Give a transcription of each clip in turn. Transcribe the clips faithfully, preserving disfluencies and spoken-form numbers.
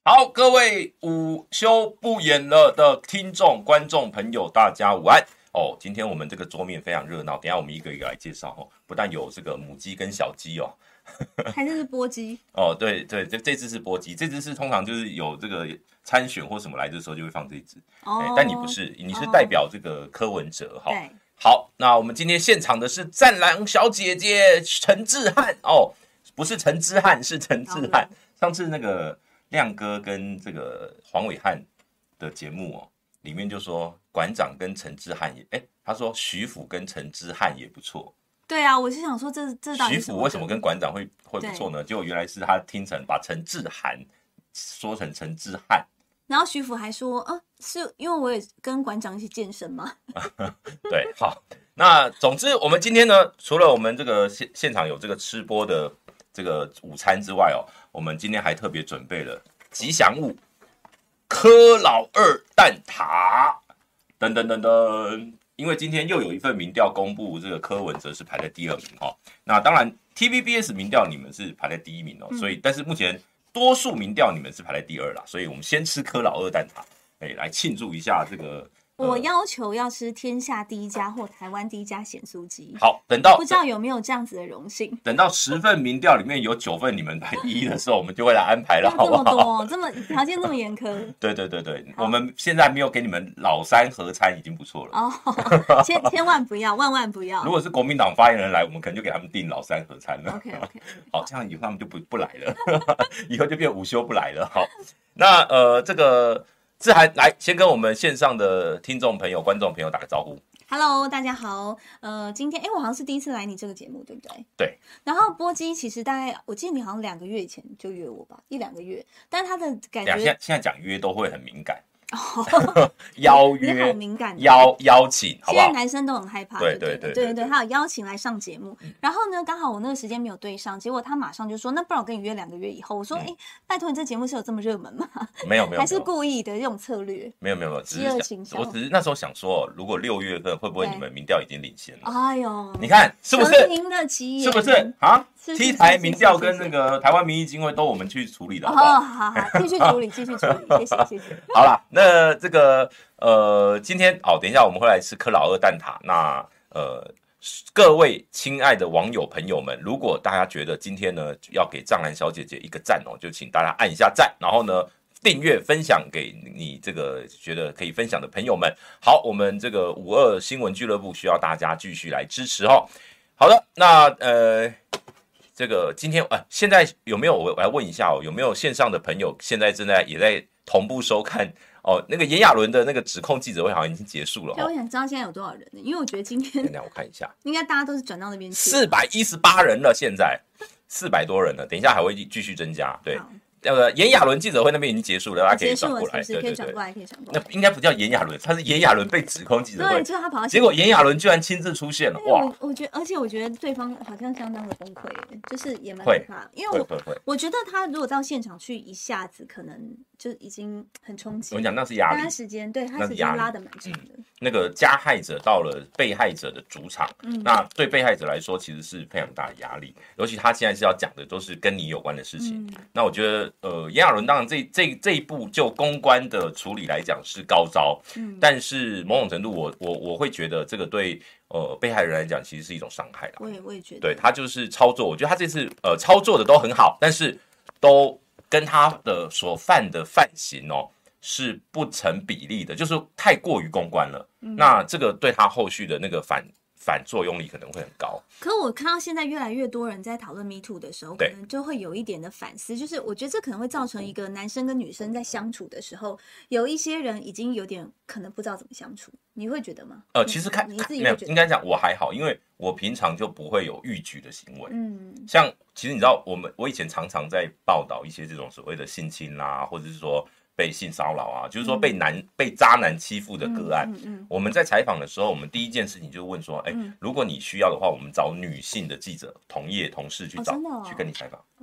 好，各位午休不演了的听众、观众朋友，大家午安哦。今天我们这个桌面非常热闹，等一下我们一个一个来介绍哦。不但有这个母鸡跟小鸡哦， 还是是波鸡哦，对对，这这只是波鸡，这只是通常就是有这个参选或什么来的时候就会放这一只，哦欸、但你不是，你是代表这个柯文哲哈。 对， 好，那我们今天现场的是战狼小姐姐陈志汉哦，不是陈之汉，是陈志汉。上次那个亮哥跟这个黄伟汉的节目哦，里面就说馆长跟陈之汉也，哎，他说徐府跟陈之汉也不错。 对啊，我是想说这这到底徐府为什么跟馆长会会不错呢？结果原来是他听成把陈志涵说成陈之汉。 然后徐府还说，啊，是因为我也跟馆长一起健身吗？ 对，好，那总之我们今天呢，除了我们这个现现场有这个吃播的这个午餐之外哦，我们今天还特别准备了吉祥物柯老二蛋挞，噔噔噔噔。因为今天又有一份民调公布，这个柯文哲是排在第二名哦。那当然 T V B S 民调你们是排在第一名哦，所以但是目前多数民调你们是排在第二啦，所以我们先吃柯老二蛋挞，哎，来庆祝一下这个。 我要求要吃天下第一家或台湾第一家咸酥鸡。 好，等到不知道有没有这样子的荣幸。 等到十份民调里面有九份你们排第一的时候，我们就会来安排了，好不好？ 这么多，这么条件这么严苛。 对对对对，我们现在没有给你们老三合餐已经不错了。 哦，千千万不要，万万不要。 如果是国民党发言人来，我们可能就给他们订老三合餐了。 OK OK。 好，这样以后他们就不不来了，以后就变午休不来了。好，那呃这个。志涵来，先跟我们线上的听众朋友、观众朋友打个招呼。 Hello， 大家好。呃，今天哎，我好像是第一次来你这个节目，对不对？ 对。 然后波基其实大概，我记得你好像两个月以前就约我吧，一两个月。但他的感觉， 现在现在讲约都会很敏感。哦、邀约， 你好敏感， 邀邀请，好不好？ 现在男生都很害怕。 对对对对对对，他有邀请来上节目，嗯、然后呢，刚好我那个时间没有对上，结果他马上就说：“那不然我跟你约两个月以后。”我说：“哎、嗯，拜托，你这节目是有这么热门吗？” 没有没有， 还是故意的这种策略？ 没有没有没有，只是我只是那时候想说，如果六月份会不会你们民调已经领先了？ 哎呦， 你看是不是？是不是啊？ T 台民调跟那个台湾民意基金会都我们去处理的，好不好？ 哦，好好，继续处理，继续处理，谢谢谢谢。 好啦，那这个呃，今天好，等一下我们会来吃柯老二蛋挞。那呃，各位亲爱的网友朋友们，如果大家觉得今天呢要给藏兰小姐姐一个赞哦，就请大家按一下赞，然后呢订阅分享给你这个觉得可以分享的朋友们。好，我们这个五二新闻俱乐部需要大家继续来支持哦。好的，那呃。这个今天啊，现在有没有我来问一下哦，有没有线上的朋友现在正在也在同步收看哦？那个炎亚纶的那个指控记者会好像已经结束了、哦。 我想知道现在有多少人呢？因为我觉得今天， 等一下我看一下， 应该大家都是转到那边去。 四百一十八人了，现在四百多人了，等一下还会继续增加。对。那个炎亚纶记者会那边已经结束了，大家可以转过来， 是是可以转过来，可以转过来。那应该不叫炎亚纶，他是炎亚纶被指控记者会， 对，就是他跑到， 结果炎亚纶居然亲自出现了，哇！ 我我觉得，而且我觉得对方好像相当的崩溃，就是也蛮可怕，因为我我觉得他如果到现场去，一下子可能就已经很冲击。 我讲那是压力， 他时间对他时间拉得蛮长的、嗯。 那个加害者到了被害者的主场，嗯、那对被害者来说其实是非常大的压力，尤其他现在是要讲的都是跟你有关的事情。嗯、那我觉得，呃，炎亚纶当然这这这一步就公关的处理来讲是高招，嗯、但是某种程度我我我会觉得这个对呃被害人来讲其实是一种伤害啦。 我也我也觉得， 对他就是操作，我觉得他这次呃操作的都很好，但是都跟他的所犯的犯行哦。是不成比例的，就是太过于公关了。嗯、那这个对他后续的那个反反作用力可能会很高。 可我看到现在越来越多人在讨论 Me Too 的时候，可能就会有一点的反思，就是我觉得这可能会造成一个男生跟女生在相处的时候，有一些人已经有点可能不知道怎么相处。你会觉得吗？ 呃，其实看你自己没有，应该讲我还好，因为我平常就不会有逾矩的行为。 嗯， 像其实你知道，我们我以前常常在报道一些这种所谓的性侵啦，或者是说。被性骚扰啊，就是说被男、嗯、被渣男欺负的个案、嗯嗯嗯，我们在采访的时候，我们第一件事情就问说，哎、欸嗯，如果你需要的话，我们找女性的记者、同业、同事去找、哦哦、去跟你采访。哦，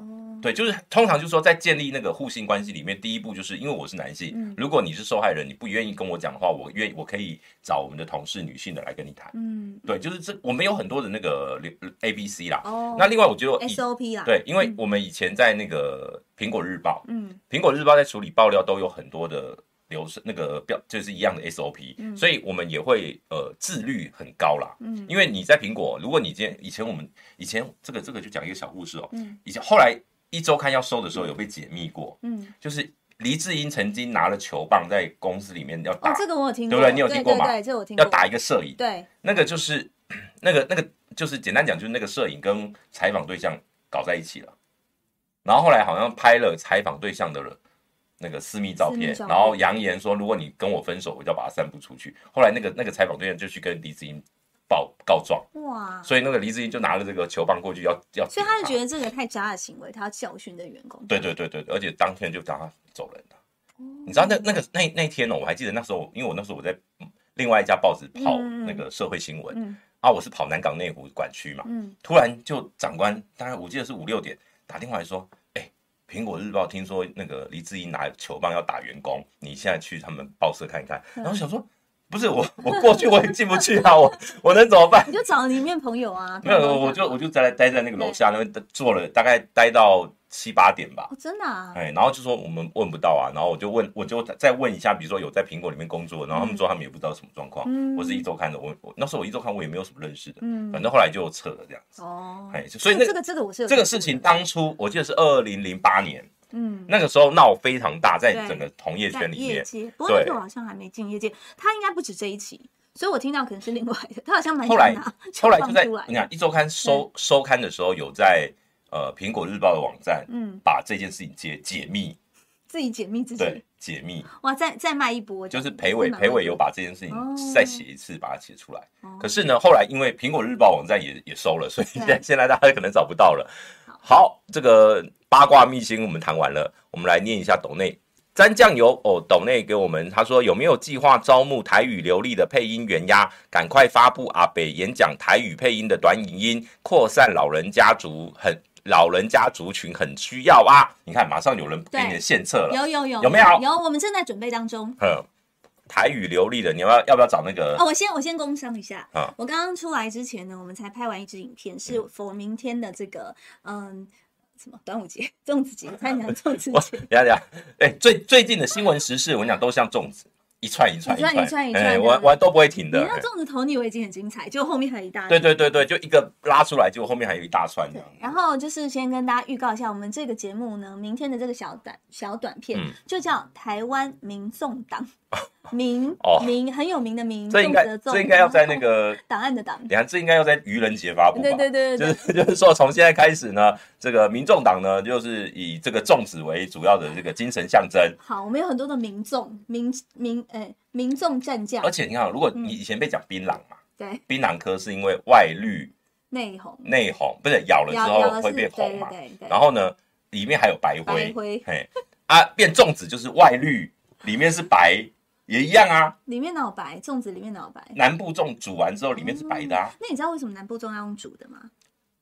对，就是通常就是说在建立那个互信关系里面，第一步就是因为我是男性，嗯、如果你是受害人，你不愿意跟我讲的话，我愿我可以找我们的同事女性的来跟你谈。嗯，对，就是这我们有很多的那个 A B C 啦。哦，那另外我觉得 S O P 啦， 对，因为我们以前在那个苹果日报，嗯，苹果日报在处理爆料都有很多的。流程那个标就是一样的 S O P，嗯、所以我们也会呃自律很高啦。嗯，因为你在苹果，如果你今天以前我们以前这个这个就讲一个小故事哦。嗯，以前后来一周刊要收的时候有被解密过。嗯，就是黎智英曾经拿了球棒在公司里面要打， 哦，这个我有听过， 对不对？你有听过吗？ 对对对，这我听过。 要打一个摄影， 对， 那个就是那个那个就是简单讲就是那个摄影跟采访对象搞在一起了，然后后来好像拍了采访对象的人。那个私密照片，照片然后扬言说，如果你跟我分手，我就要把它散布出去。后来那个那个采访对象就去跟黎智英报告状，哇！所以那个黎智英就拿了这个球棒过去要要， 所以他就觉得这个太渣的行为，他要教训的员工。 对对对对，而且当天就叫他走人了。哦、你知道那那个那那天哦，我还记得那时候，因为我那时候我在另外一家报纸跑那个社会新闻，嗯、啊，我是跑南港内湖管区嘛，嗯、突然就长官，大概我记得是五六点打电话来说。苹果日报听说那个黎智英拿球棒要打员工，你现在去他们报社看一看。然后想说，不是我，我过去我也进不去啊，我我能怎么办？ 你就找里面朋友啊。 没有，我就我就在待在那个楼下那边坐了，大概待到七八点吧。 哦，真的啊。 哎，然后就说我们问不到啊，然后我就问，我就再问一下，比如说有在苹果里面工作，然后他们说他们也不知道什么状况。嗯。我是一周刊的，我我那时候我一周刊我也没有什么认识的，嗯，反正后来就撤了这样子。哦。哎，所以那这个这个我是有这个事情当初我记得是二零零八年。嗯，那个时候闹非常大，在整个同业圈里面。 业界，不过那时候好像还没进业界，他应该不止这一期，所以我听到可能是另外的。他好像蛮后来后来就在你看一周刊收收刊的时候，有在呃苹果日报的网站，嗯，把这件事情解解密， 自己解密自己， 对，解密。 哇，再再卖一波， 就是裴伟裴伟有把这件事情再写一次，把它写出来。可是呢，后来因为苹果日报网站也也收了，所以现在现在大家可能找不到了。好，这个八卦秘辛我们谈完了，我们来念一下斗内沾酱油哦。斗内给我们他说有没有计划招募台语流利的配音员呀？赶快发布阿北演讲台语配音的短影音，扩散老人家族很老人家族群很需要啊！你看，马上有人给你的献策了， 有有有有没有？ 有，我们正在准备当中。 嗯。台语流利的，你要不要要不要找那个？ 哦，我先我先工商一下。啊，我刚刚出来之前呢，我们才拍完一支影片，是 for 明天的这个嗯什么端午节、粽子节，差点讲粽子节。 等下等下，哎，最最近的新闻时事，我跟你讲都像粽子，一串一串一串一串一串， 我我都不会停的。 你那粽子头你以为已经很精彩，就后面还有一大。 对对对对，就一个拉出来，结果后面还有一大串这样。 然后就是先跟大家预告一下，我们这个节目呢，明天的这个小短小短片、嗯、就叫台湾民众党。民民、哦、很有名的民， 这应该这应该要在那个档案的档， 你看这应该要在愚人节发布吧？ 对对对对， 就是就是说从现在开始呢，这个民众党呢就是以这个粽子为主要的这个精神象征。 好，我们有很多的民众民民诶民众战将， 而且你看，如果你以前被讲槟榔嘛， 对、嗯， 槟榔科是因为外绿内红内红不是咬了之后会变红嘛， 对对对对， 然后呢里面还有白灰， 白灰嘿啊变粽子就是外绿里面是白。也一样啊， 里面哪有白？粽子里面哪有白？ 南部粽煮完之后里面是白的啊。 嗯、那你知道为什么南部粽要用煮的吗？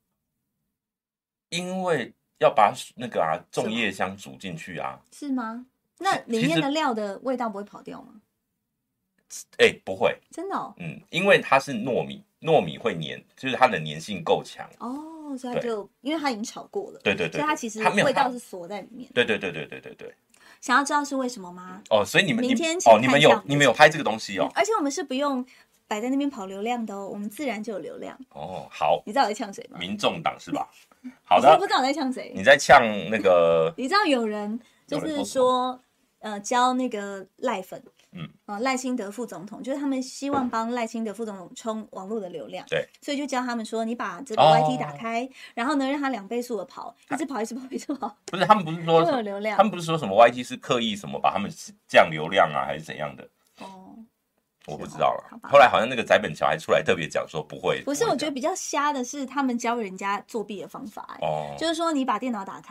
因为要把那个啊粽叶香煮进去啊。 是吗？那里面的料的味道不会跑掉吗？ 哎、欸，不会， 真的哦。 嗯，因为它是糯米，糯米会黏，就是它的粘性够强。 哦，所以它就因为它已经炒过了， 对对 对, 对， 所以它其实味道是锁在里面。 对对对对对对对。 想要知道是为什么吗？ 哦，所以你们明天哦，你们有你们有拍这个东西哦， 而且我们是不用摆在那边跑流量的哦，我们自然就有流量。 哦，好， 你知道我在呛谁吗？ 民众党是吧？好的， 我不知道我在呛谁。 你在呛那个？ 你知道有人就是说，呃，教那个赖粉，嗯，呃，赖清德副总统，就是他们希望帮赖清德副总统冲网络的流量， 对， 所以就教他们说，你把这个 Y T 打开，哦、然后呢，让他两倍速的跑，一直跑，一直跑，一直跑。 不是，他们不是说就有流量， 他们不是说什么 Y T 是刻意什么把他们降流量啊，还是怎样的？哦，我不知道了。后来好像那个翟本桥还出来特别讲说不会， 不是，我觉得比较瞎的是他们教人家作弊的方法、欸，哦，就是说你把电脑打开。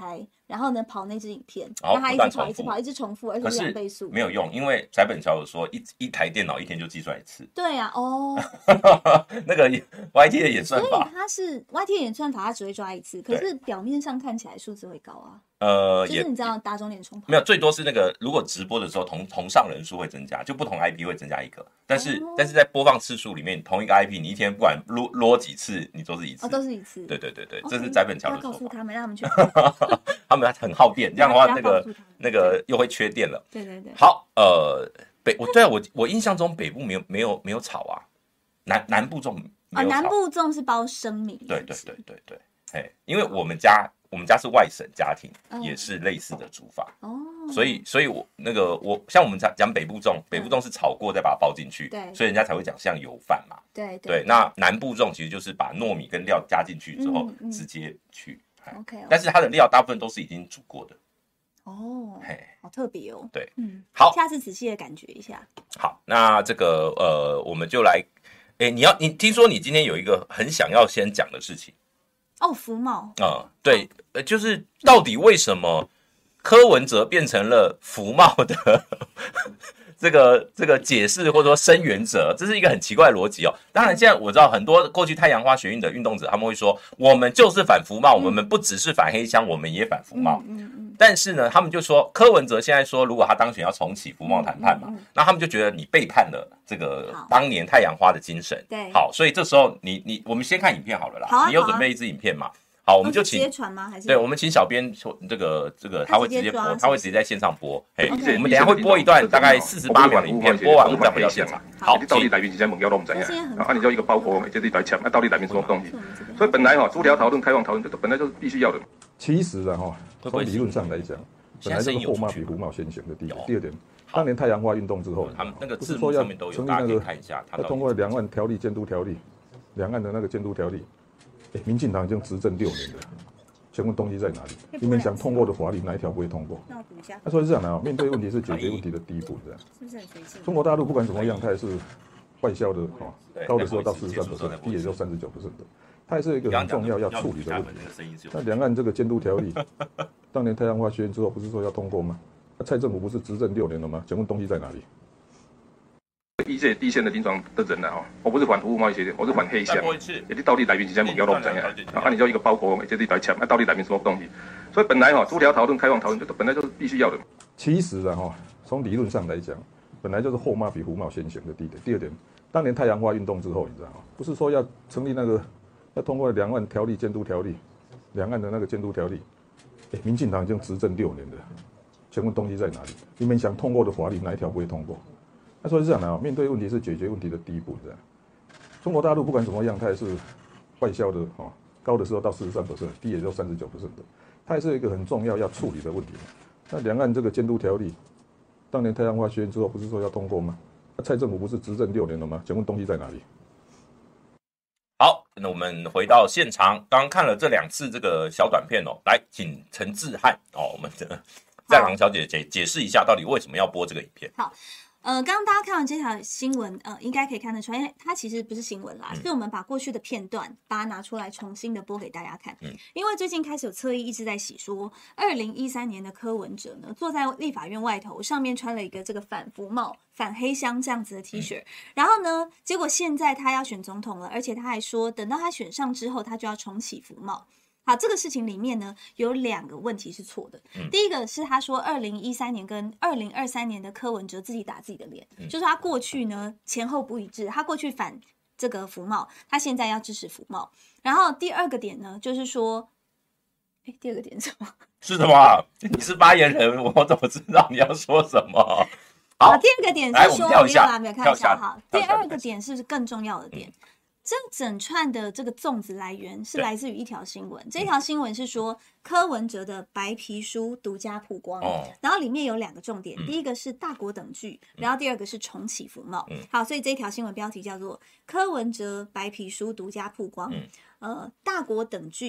然后呢跑那支影片， 然后让他一直跑一直跑一直重复，而且是两倍速。 没有用，因为翟本桥有说一一台电脑一天就计算一次。 对啊，哦， 那个 Y T 的演算法， 所以它是 Y T 的演算法，它只会抓一次，可是表面上看起来数字会高啊。 呃， 就是你知道打肿脸充胖， 没有，最多是那个如果直播的时候同同上人数会增加，就不同 I P 会增加一个，但是、哦、但是在播放次数里面，同一个 I P 你一天不管撸撸几次，你都是一次， 哦，都是一次， 对对对对， okay, 这是翟本桥的说法。 要告诉他们，让他们去， 他们很耗电，这样的话那个那个又会缺电了。 对对对。 好，呃，北我对啊，我我印象中北部没有没有没有吵啊，南南部粽没有吵， 啊，南部粽是包生米， 对对对对对，哎，因为我们家。我们家是外省家庭，嗯、也是类似的煮法，哦，所以，所以我那个我像我们讲北部粽，北部粽是炒过再把它包进去，对，所以人家才会讲像油饭嘛， 对对, 对。那南部粽其实就是把糯米跟料加进去之后，嗯嗯、直接去 ，OK，, okay. 但是它的料大部分都是已经煮过的， 哦，嘿，好特别哦， 对， 嗯， 好， 下次仔细的感觉一下。 好，那这个呃，我们就来，哎，你要你听说你今天有一个很想要先讲的事情。 哦，服贸啊、嗯，对，呃，就是到底为什么柯文哲变成了服贸的这个这个解释或者说声援者，这是一个很奇怪的逻辑哦。当然，现在我知道很多过去太阳花学运的运动者，他们会说我们就是反服贸、嗯，我们不只是反黑箱，我们也反服贸。嗯嗯嗯。但是呢，他们就说柯文哲现在说，如果他当选要重启服贸谈判嘛、嗯嗯嗯，那他们就觉得你背叛了这个当年太阳花的精神。 对。 好，所以这时候你你我们先看影片好了啦。 好啊。 你有准备一支影片吗？好，我们就请直接传吗？还是对，我们请小编这个这个他会直接播，他会直接在线上播。哎， okay, 我们等一下会播一段大概四十八秒的影片，播完我们再回到现场。好， 到底内面是啥物件都唔知影，啊，你就一个包裹，或者你来签，啊，到底内面什么东西？所以本来哈，逐条讨论、开放讨论，这本来就是必须要的。 其实啊哈，从理论上来讲，本来这个后贸比胡贸先行的第一。第二点，当年太阳花运动之后， 他们那个字幕上面都有，大家可以看一下。 要通过两岸条例监督条例，两岸的那个监督条例，哎，民进党已经执政六年了。请问东西在哪里？你们想通过的法律哪一条不会通过？ 那我补一下。 那所以这样的啊，面对问题是解决问题的第一步，这样。 是不是很随性？ 中国大陆不管怎么样，它也是外销的啊，高的时候到四十三%，低也就三十九%的，它还是一个很重要要处理的问题。那两岸这个监督条例，当年太阳花学运之后不是说要通过吗？那蔡政府不是执政六年了吗？请问东西在哪里？ 一届第一线的临床的人了哈，我不是反服务贸易协定，我是反黑箱。也是到底内面是啥物件都唔知影，啊，你就一个包裹，或者你来签，啊，到底内面什么东西？所以本来哈，逐条讨论、开放讨论，这本来就是必须要的。 其实啊哈，从理论上来讲，本来就是后贸比胡贸先行的第一点。第二点，当年太阳花运动之后，你知道吗？不是说要成立那个要通过两岸条例监督条例，两岸的那个监督条例，哎，民进党已经执政六年了，请问东西在哪里？你们想通过的法律哪一条不会通过？那所以这样的啊，面对问题是解决问题的第一步，这样。中国大陆不管怎么样，它也是外销的啊，高的时候到四十三%，低也就三十九%的，它也是一个很重要要处理的问题。那两岸这个监督条例，当年太阳花学运之后不是说要通过吗？那蔡政府不是执政六年了吗？请问东西在哪里？ 好，那我们回到现场，刚刚看了这两次这个小短片哦，来，请陈志汉哦，我们的战狼小姐解解释一下，到底为什么要播这个影片？ 好。呃，刚刚大家看完这条新闻，呃，应该可以看得出来，因为它其实不是新闻啦，所以我们把过去的片段把它拿出来重新的播给大家看。嗯，因为最近开始有侧翼一直在洗说，二零一三年的柯文哲呢，坐在立法院外头，上面穿了一个这个反服贸、反黑箱这样子的 T 恤，嗯，然后呢，结果现在他要选总统了，而且他还说，等到他选上之后，他就要重启服贸。好，这个事情里面呢，有两个问题是错的。嗯、第一个是他说，二零一三年跟二零二三年的柯文哲自己打自己的脸，嗯、就是他过去呢前后不一致，他过去反这个服贸，他现在要支持服贸。然后第二个点呢，就是说，哎，第二个点是什么？ 是什么？你是发言人，我怎么知道你要说什么？好， 第二个点是说，没有啦，没有看一下哈。第二个点是更重要的点。嗯，这整串的这个粽子来源是来自于一条新闻，这条新闻是说柯文哲的白皮书独家曝光，哦、然后里面有两个重点，嗯、第一个是大国等距，然后第二个是重启服贸。嗯、好，所以这条新闻标题叫做柯文哲白皮书独家曝光，嗯、呃，大国等距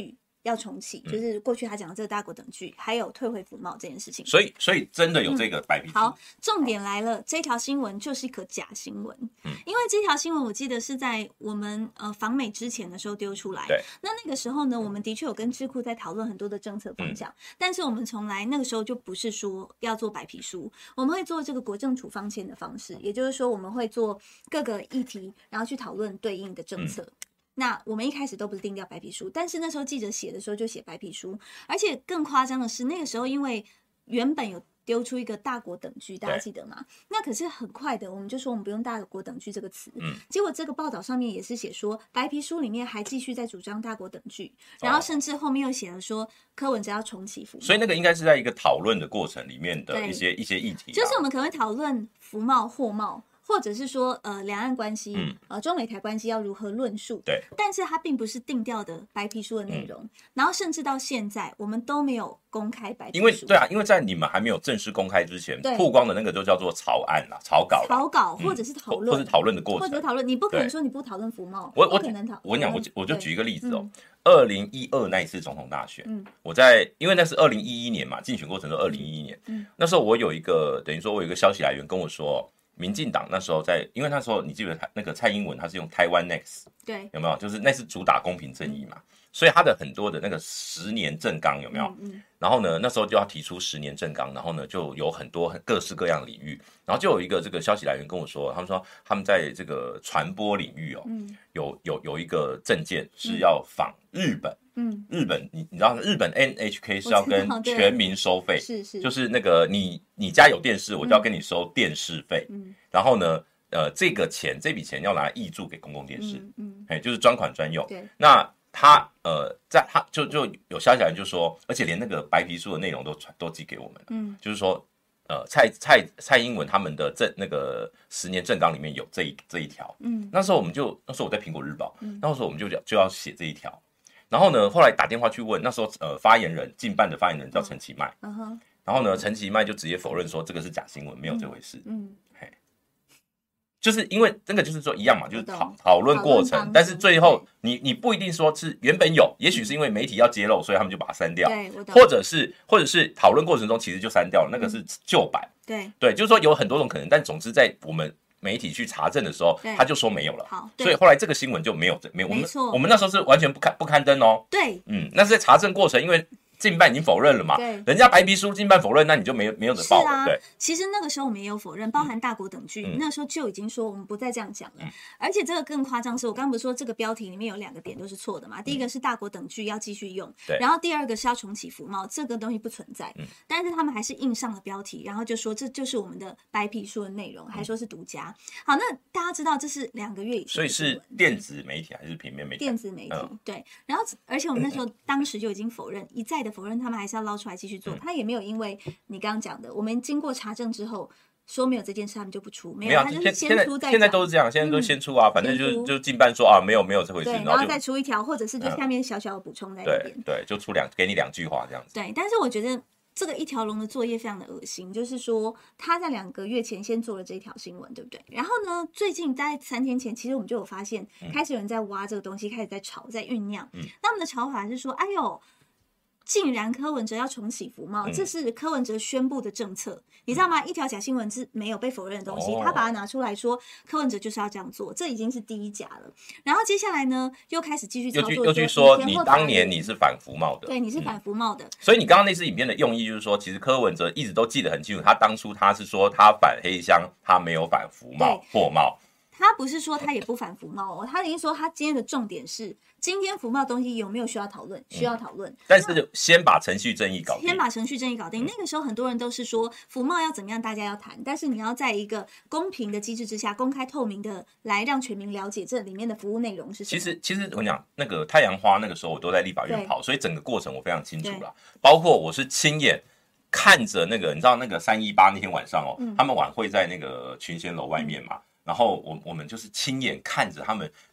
要重启，就是过去他讲的这个大国等距，还有退回服贸这件事情。 所以，所以真的有这个白皮书、嗯。 好，重点来了，这条新闻就是一个假新闻。嗯，因为这条新闻我记得是在我们呃访美之前的时候丢出来。 对。 那那个时候呢，我们的确有跟智库在讨论很多的政策方向，嗯、但是我们从来那个时候就不是说要做白皮书，我们会做这个国政处方签的方式，也就是说我们会做各个议题，然后去讨论对应的政策。嗯，那我们一开始都不是定调白皮书，但是那时候记者写的时候就写白皮书，而且更夸张的是，那个时候因为原本有丢出一个大国等距，大家记得吗？那可是很快的，我们就说我们不用大国等距这个词，嗯，结果这个报道上面也是写说，白皮书里面还继续在主张大国等距，然后甚至后面又写了说柯文哲要重启服贸， 所以那个应该是在一个讨论的过程里面的一些一些议题、啊， 就是我们可能会讨论服贸、货贸。或者是说，呃，两岸关系，嗯、呃，中美台关系要如何论述？ 对， 但是它并不是定调的白皮书的内容、嗯，然后甚至到现在，我们都没有公开白皮书。 因为对啊，因为在你们还没有正式公开之前，曝光的那个就叫做草案啦、草稿啦、 草稿或者是讨论、 嗯，或者讨论的过程， 或者讨论，你不可能说你不讨论服贸， 我我不可能讨。 我跟你讲，我我就举一个例子哦，二零一二那一次总统大选，嗯，我在因为那是二零一一年嘛，竞选过程是二零一一年，嗯，那时候我有一个等于说，我有一个消息来源跟我说。民进党那时候在，因为那时候你记得那个蔡英文他是用台湾 Next， 对， 有没有？就是那是主打公平正义嘛，嗯、所以他的很多的那个十年政纲有没有？嗯嗯、然后呢，那时候就要提出十年政纲，然后呢就有很多各式各样的领域，然后就有一个这个消息来源跟我说，他们说他们在这个传播领域哦，嗯、有有有一个政见是要仿日本。嗯，日本你你知道日本 N H K 是要跟全民收费，是是，就是那个你你家有电视，我就要跟你收电视费，嗯，然后呢，呃，这个钱这笔钱要拿来挹注给公共电视，嗯，哎、嗯，就是专款专用，对，那他呃，在他就就有消息人就说，而且连那个白皮书的内容都传都寄给我们了，嗯，就是说，呃，蔡蔡蔡英文他们的政那个十年政纲里面有这一这一条，嗯，那时候我们就那时候我在苹果日报，嗯，那时候我们就就要写这一条。然后呢，后来打电话去问，那时候呃发言人进办的发言人叫陈其迈，嗯哼，然后呢，陈其迈就直接否认说这个是假新闻，没有这回事，嗯，嘿，就是因为这个就是说一样嘛，就是讨讨论过程，但是最后你你不一定说是原本有，也许是因为媒体要揭露，所以他们就把它删掉， 对， 或者是或者是讨论过程中其实就删掉了，那个是旧版， 对对，就是说有很多种可能，但总之在我们。媒体去查证的时候，他就说没有了， 好， 所以后来这个新闻就没有没有，我们错我们那时候是完全不刊不刊登哦， 对， 嗯，那是在查证过程，因为进办已经否认了嘛，对，人家白皮书进办否认，那你就没有没有得报了，啊、对。 其实那个时候我们也有否认，包含大国等距，嗯、那时候就已经说我们不再这样讲了。嗯、而且这个更夸张是，我刚刚不是说这个标题里面有两个点都是错的嘛？第一个是大国等距要继续用，对、嗯，然后第二个是要重启服贸，这个东西不存在。嗯、但是他们还是印上了标题，然后就说这就是我们的白皮书的内容，还说是独家。好，那大家知道这是两个月以前， 所以是电子媒体还是平面媒体？ 电子媒体，嗯、对。然后而且我们那时候当时就已经否认，一再的否认，他们还是要捞出来继续做，嗯、他也没有因为你刚刚讲的，我们经过查证之后说没有这件事，他们就不出，没有，他就是先出再讲。 现在都是这样，现在都先出啊，嗯、反正就就进办说啊，没有没有这回事， 对，然后再出一条，或者是就下面小小的补充在那边， 对对，就出两给你两句话这样子。 对，但是我觉得这个一条龙的作业非常的恶心，就是说他在两个月前先做了这一条新闻，对不对？然后呢，最近在三天前，其实我们就有发现，嗯、开始有人在挖这个东西，开始在炒，在酝酿。嗯、那我们的炒法是说，哎呦。竟然柯文哲要重启服贸，这是柯文哲宣布的政策，嗯、你知道吗？一条假新闻是没有被否认的东西，哦、他把它拿出来说，柯文哲就是要这样做，这已经是第一假了。然后接下来呢，又开始继续操作， 又去说你当年你是反服贸的， 对，你是反服贸的。 嗯、所以你刚刚那支影片的用意就是说，其实柯文哲一直都记得很清楚，他当初他是说他反黑箱，他没有反服贸货贸。 他不是说他也不反服贸哦，他已经说他今天的重点是今天服贸东西有没有需要讨论，需要讨论、嗯。 但是先把程序正义搞定， 先把程序正义搞定。嗯、那个时候很多人都是说服贸要怎么样，大家要谈，但是你要在一个公平的机制之下，公开透明的来让全民了解这里面的服务内容是什么。 其实其实我讲那个太阳花那个时候我都在立法院跑，所以整个过程我非常清楚了，包括我是亲眼看着那个你知道那个三一八那天晚上哦，嗯、他们晚会在那个群贤楼外面嘛。嗯然后我我们就是亲眼看着他们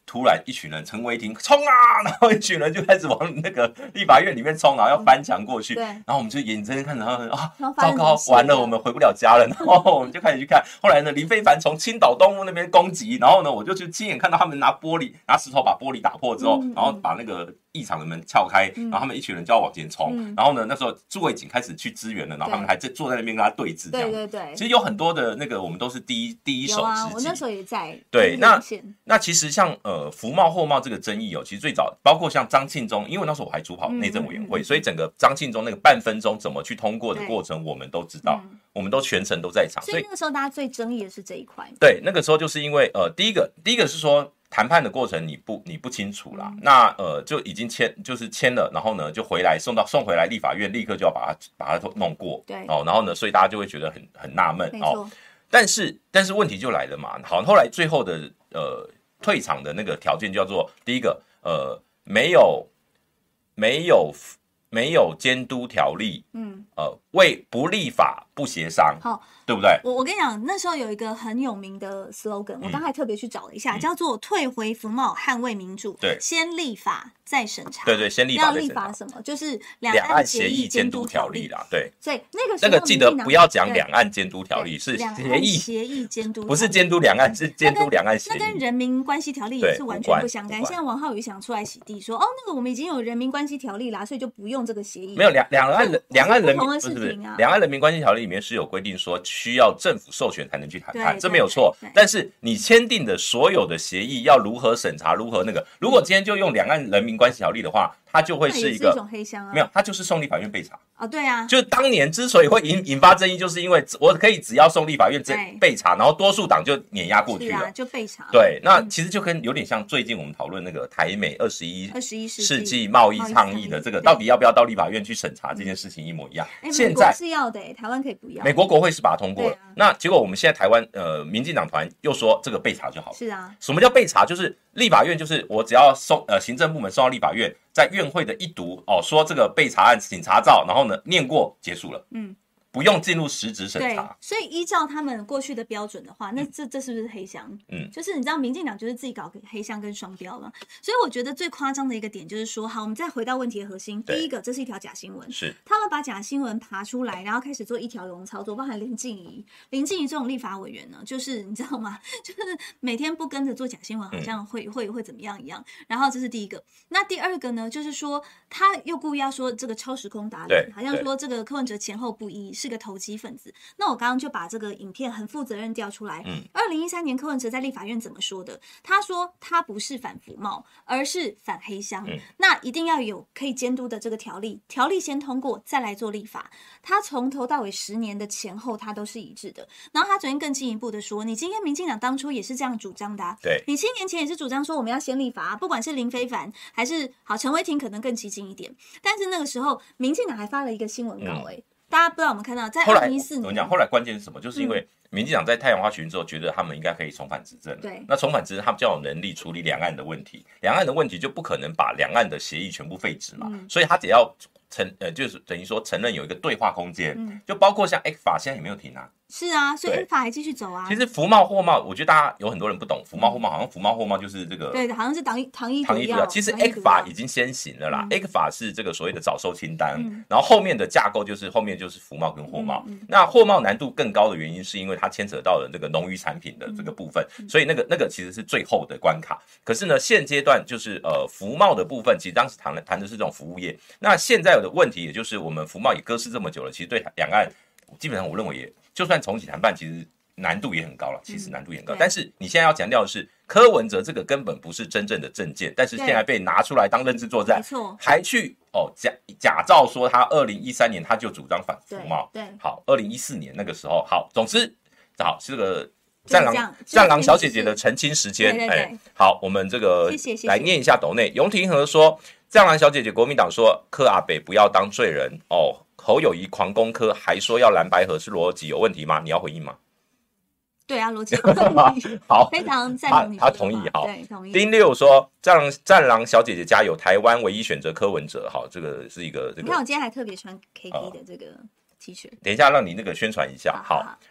突然一群人陈为廷冲啊，然后一群人就开始往那个立法院里面冲，然后要翻墙过去。 对， 然后我们就眼睁睁看着他们啊， 糟糕，完了，我们回不了家了。然后我们就开始去看。后来呢，林非凡从青岛东路那边攻击，然后呢，我就去亲眼看到他们拿玻璃、拿石头把玻璃打破之后，嗯、然后把那个议场的门撬开，嗯、然后他们一群人就要往前冲。嗯、然后呢，那时候驻卫警开始去支援了，然后他们还在坐在那边跟他对峙。 对对对， 其实有很多的那个我们都是第一第一手之际。我那时候也在。 对，那那其实像呃服贸货贸这个争议哦，其实最早包括像张庆忠，因为那时候我还主跑内政委员会，嗯嗯嗯、所以整个张庆忠那个半分钟怎么去通过的过程，我们都知道，嗯、我们都全程都在场。 所以那个时候大家最争议的是这一块。 对，那个时候就是因为呃，第一个第一个是说谈判的过程你不你不清楚啦，嗯、那呃就已经签就是签了，然后呢就回来送到送回来立法院，立刻就要把它把它弄过。 对哦，然后呢，所以大家就会觉得很很纳闷哦。但是但是问题就来了嘛，好，后来最后的呃退场的那个条件叫做第一个呃没有没有没有监督条例，嗯，呃为不立法不协商， 好， 对不对？ 我我跟你讲，那时候有一个很有名的 slogan，、嗯、我刚才特别去找了一下，嗯、叫做退回服贸，捍卫民主， 对， 先立法再审查， 对对，先立法再审查。 要立法什么？就是两岸协议监督条例啦，对。 所以那个那个记得不要讲两岸监督条例，是协议协议监督， 不是监督两岸，是监督两岸协议。 那跟人民关系条例也是完全不相干。现在王浩宇想出来洗地说，哦，那个我们已经有人民关系条例啦，所以就不用这个协议。 没有两两岸人两岸人民不是不是两岸人民关系条例里面是有规定说需要政府授权才能去谈判，这没有错。但是你签订的所有的协议要如何审查，如何那个，如果今天就用两岸人民关系条例的话，它就会是一个一种黑箱啊， 没有，它就是送立法院备查啊、哦，对啊， 就是当年之所以会引引发争议，就是因为我可以只要送立法院备查，然后多数党就碾压过去了， 啊、就备查。 对，那其实就跟有点像最近我们讨论那个台美二十一二十一世纪贸易倡议的这个，到底要不要到立法院去审查这件事情一模一样。嗯、现在是要的，台湾可以不要。 美国国会是把它通过了，啊、那结果我们现在台湾呃民进党团又说这个备查就好了。 是啊， 什么叫备查？就是立法院就是我只要送呃行政部门送到立法院。在院会的一读哦，说这个备查案请查照，然后呢念过结束了，嗯，不用进入实质审查。 所以依照他们过去的标准的话，那这这是不是黑箱？嗯，就是你知道民进党就是自己搞黑箱跟双标嘛。所以我觉得最夸张的一个点就是说，好，我们再回到问题的核心。第一个，这是一条假新闻， 是他们把假新闻爬出来，然后开始做一条龙操作，包含林静怡，林静怡这种立法委员呢，就是你知道吗？就是每天不跟着做假新闻，好像会、嗯、会会怎么样一样。然后这是第一个。那第二个呢，就是说他又故意要说这个超时空达人，好像说这个柯文哲前后不一，是个投机分子。那我刚刚就把这个影片很负责任调出来。二零一三年柯文哲在立法院怎么说的？他说他不是反服贸，而是反黑箱。嗯、那一定要有可以监督的这个条例，条例先通过，再来做立法。他从头到尾十年的前后，他都是一致的。然后他昨天更进一步的说，你今天民进党当初也是这样主张的、啊， 对， 你七年前也是主张说我们要先立法、啊，不管是林非凡还是好陈为廷，可能更激进一点。但是那个时候，民进党还发了一个新闻稿、欸，哎、嗯。大家不知道我们看到，在二零一四年， 怎么讲？后来关键是什么？就是因为民进党在太阳花学运之后，觉得他们应该可以重返执政了。 对， 那重返执政，他们就有能力处理两岸的问题。两岸的问题就不可能把两岸的协议全部废止嘛，嗯、所以他只要承呃，就是等于说承认有一个对话空间，嗯、就包括像 E C F A 现在也没有停啊。 是啊，所以 E C F A 还继续走啊。 其实服贸货贸，我觉得大家有很多人不懂服贸货贸，好像服贸货贸就是这个， 对，好像是糖衣糖衣糖衣毒药。其实 E C F A 已经先行了啦、嗯、，E C F A 是这个所谓的早收清单，嗯、然后后面的架构就是后面就是服贸跟货贸。嗯嗯、那货贸难度更高的原因是因为它牵扯到了这个农渔产品的这个部分，嗯、所以那个那个其实是最后的关卡。可是呢，现阶段就是呃服贸的部分，其实当时谈的谈的是这种服务业。那现在有的问题，也就是我们服贸也搁置这么久了，其实对两岸基本上我认为也。就算重启谈判，其实难度也很高了，其实难度也很高。嗯、但是你现在要强调的是，柯文哲这个根本不是真正的政见，但是现在被拿出来当认知作战，还去哦假假造说他二零一三年他就主张反服贸， 对， 好，二零一四年那个时候，好，总之好这个战狼战狼小姐姐的澄清时间，哎，好，我们这个谢谢谢谢来念一下斗内，永廷和说，战狼小姐姐，国民党说柯阿北不要当罪人哦。侯友宜狂攻柯，还说要蓝白合是逻辑有问题吗？你要回应吗？ 对啊，逻辑有问题。 好， 非常赞同你他。他同意，好， 对，同意。 丁六说：“战狼战狼小姐姐加油，台湾唯一选择柯文哲。”好，这个是一个这个。 你看我今天还特别穿 K T 的这个 T 恤。 等一下，让你那个宣传一下。好，好好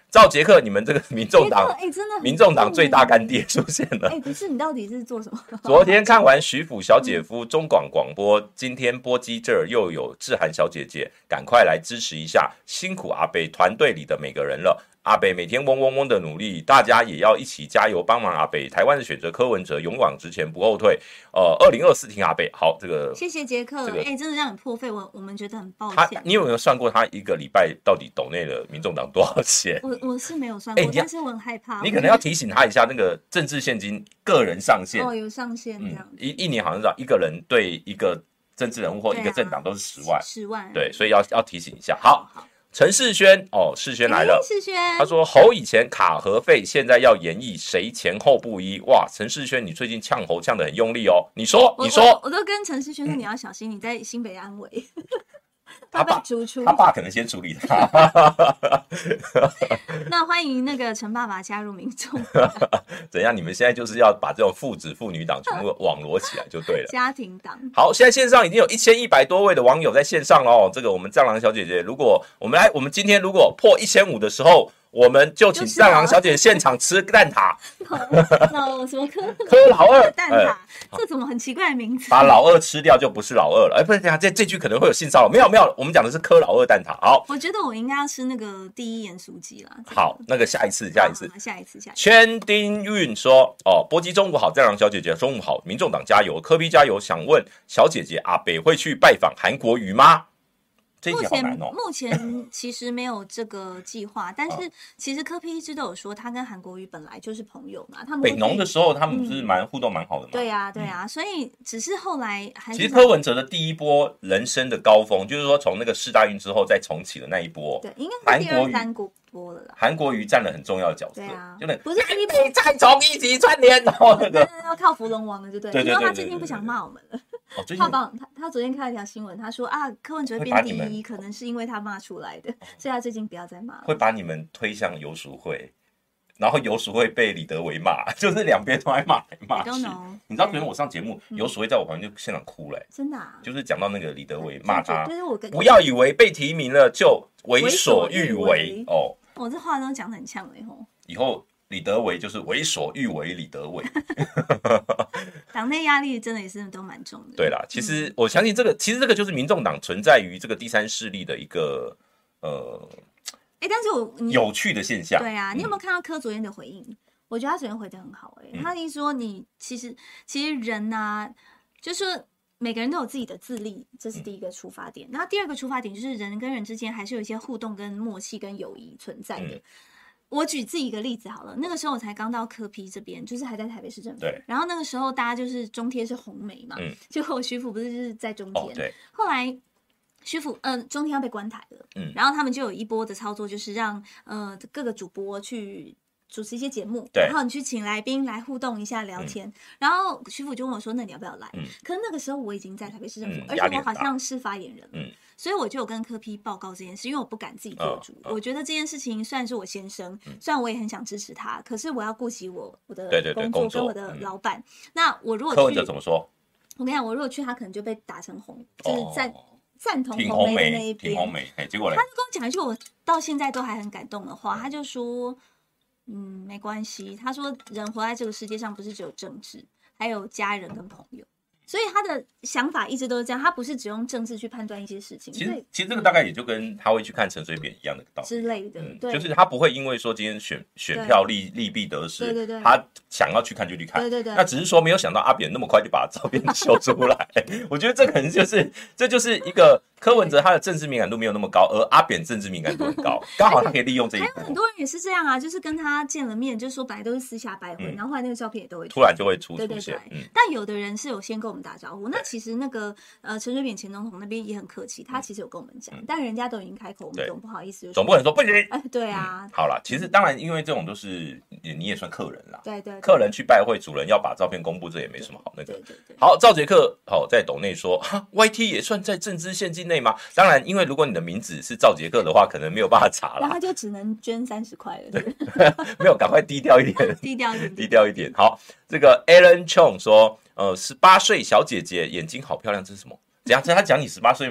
赵杰克，你们这个民众党， 哎、欸，真的， 民众党最大干爹出现了。 哎、欸，不是，你到底是做什么？ 昨天看完徐府小姐夫中广广播，今天播机这儿又有志涵小姐姐，赶快来支持一下，辛苦阿北团队里的每个人了。阿北每天嗡嗡嗡的努力，大家也要一起加油帮忙阿北。台湾的选择柯文哲，勇往直前不后退。呃，二零二四听阿北，好，这个谢谢杰克。哎、这个欸，真的让你破费，我我们觉得很抱歉。 你有没有算过他一个礼拜到底抖内了民众党多少钱？ 我我是没有算过，欸、但是我很害怕。 你可能要提醒他一下，那个政治现金个人上限哦，有上限这样、嗯。 一一年好像是一个人对一个政治人物或一个政党都是十万， 十、啊、万。 对，所以要要提醒一下。好。好陈世轩哦，世轩来了。 世轩他说侯以前卡核废，现在要演绎谁前后不一。哇，陈世轩，你最近呛侯呛得很用力哦。你说，你说， 我, 我都跟陈世轩说你要小心，你在新北安危。 他爸，他爸可能先处理他。 那欢迎那个陈爸爸加入民众。 怎样？你们现在就是要把这种父子父女党全部网罗起来就对了。 家庭党。 好，现在线上已经有一千一百多位的网友在线上了哦。这个我们藏狼小姐姐，如果我们来，我们今天如果破一千五的时候。我们就请藏狼小姐现场吃蛋挞。 老什么科科老二蛋挞、欸，这怎么很奇怪的名字？ 把老二吃掉就不是老二了。哎、欸，不是，等一下这这句可能会有性骚扰。没有没有，我们讲的是科老二蛋挞。好， 我觉得我应该要吃那个第一盐酥鸡啦。 好，那个下一次，下一次， 下一次，下一次。 圈丁运说：“哦，波基中午好，藏狼小姐姐中午好，民众党加油，柯 P 加油。想问小姐姐阿北会去拜访韩国瑜吗？”这一题好难哦。 目前目前其实没有这个计划，但是其实柯 P 一直都有说，他跟韩国瑜本来就是朋友嘛。他们北农的时候，他们不是蛮、嗯、互动蛮好的嘛。 对呀、啊，对呀、啊嗯，所以只是后来还是其实柯文哲的第一波人生的高峰，就是说从那个世大运之后再重启的那一波。 对，应该是第二三波了啦。 韩国瑜占了很重要的角色。 对啊， 就那不是一北再从一级串联，然后那个要靠福龙王了，就对。 对对对对对对对。 因为他最近不想骂我们了。 哦、 他帮他他昨天看了一条新闻，他说啊，柯文哲变第一，可能是因为他骂出来的，所以他最近不要再骂了。 会把你们推向游淑慧，然后游淑慧被李德维骂，就是两边都在骂来骂去。你知道昨天我上节目，游淑慧在我旁边就现场哭了、欸， 真的、啊， 就是讲到那个李德维骂他， 就是我跟不要以为被提名了就为所欲为哦。 我、哦、这话都讲得很呛嘞吼。 以后李德维就是为所欲为李德维。 党内压力真的也是都蛮重的。 对啦，其实我相信这个，其实这个就是民众党存在于这个第三势力的一个呃， 哎、欸，但是我有趣的现象。 对啊，你有没有看到柯昨天的回应？嗯、我觉得他昨天回得很好、欸，哎、嗯，他一说你其实其实人啊，就是说每个人都有自己的自立，这是第一个出发点。然后第二个出发点就是人跟人之间还是有一些互动、跟默契、跟友谊存在的。嗯，我举自己一个例子好了，那个时候我才刚到柯 P 这边，就是还在台北市政府。 对。 然后那个时候大家就是中贴是红媒嘛，嗯，结果徐府不是就是在中天、 哦，对。 后来徐府呃中天要被关台了，嗯，然后他们就有一波的操作，就是让呃各个主播去主持一些节目，然后你去请来宾来互动一下聊天，嗯、然后徐府就问我说：“那你要不要来？”嗯、可是那个时候我已经在台北市政府，嗯、而且我好像是发言人了。嗯，所以我就有跟柯 P 报告这件事，因为我不敢自己做主。哦哦、我觉得这件事情虽然是我先生，嗯、虽然我也很想支持他，可是我要顾及我我的工作跟我的老板。嗯、那我如果去柯文哲怎么说？ 我跟你讲，我如果去，他可能就被打成红，就是在赞同红媒的那一边。 挺红媒，结果嘞， 他就跟我讲一句我到现在都还很感动的话，他就说：“嗯，没关系。”他说：“人活在这个世界上，不是只有政治，还有家人跟朋友。”所以他的想法一直都是这样，他不是只用政治去判断一些事情。 其实，其实这个大概也就跟他会去看陈水扁一样的道理之类的， 嗯，对，就是他不会因为说今天选选票利利弊得失， 对对对， 他想要去看就去看， 对对对。 那只是说没有想到阿扁那么快就把照片秀出来，我觉得这可能就是这就是一个柯文哲他的政治敏感度没有那么高，而阿扁政治敏感度很高，刚好他可以利用这一步。 还有很多人也是这样啊，就是跟他见了面，就是说本来都是私下拜会，嗯，然后后来那个照片也都会突然就会出出现。 对对对， 嗯， 但有的人是有先跟我们打招呼，那其实那个呃陈水扁前总统那边也很客气，他其实有跟我们讲，嗯，但人家都已经开口，我们总不好意思， 总不能说不行。 哎，对啊， 嗯，好啦，其实当然因为这种都是你也算客人啦， 对 对, 对， 客人去拜会，主人要把照片公布，这也没什么好那个。 对对对。 好，赵杰克好在抖内说哈 ，Y T 也算在政治现金内吗？当然，因为如果你的名字是赵杰克的话，可能没有办法查了， 然后就只能捐三十块了。对， 没有，赶快低调一点， 低调一点， 低调一点。好，这个 Alan Chong 说，呃，十八岁小姐姐眼睛好漂亮，这是什么？怎样？这他讲你十八岁吗？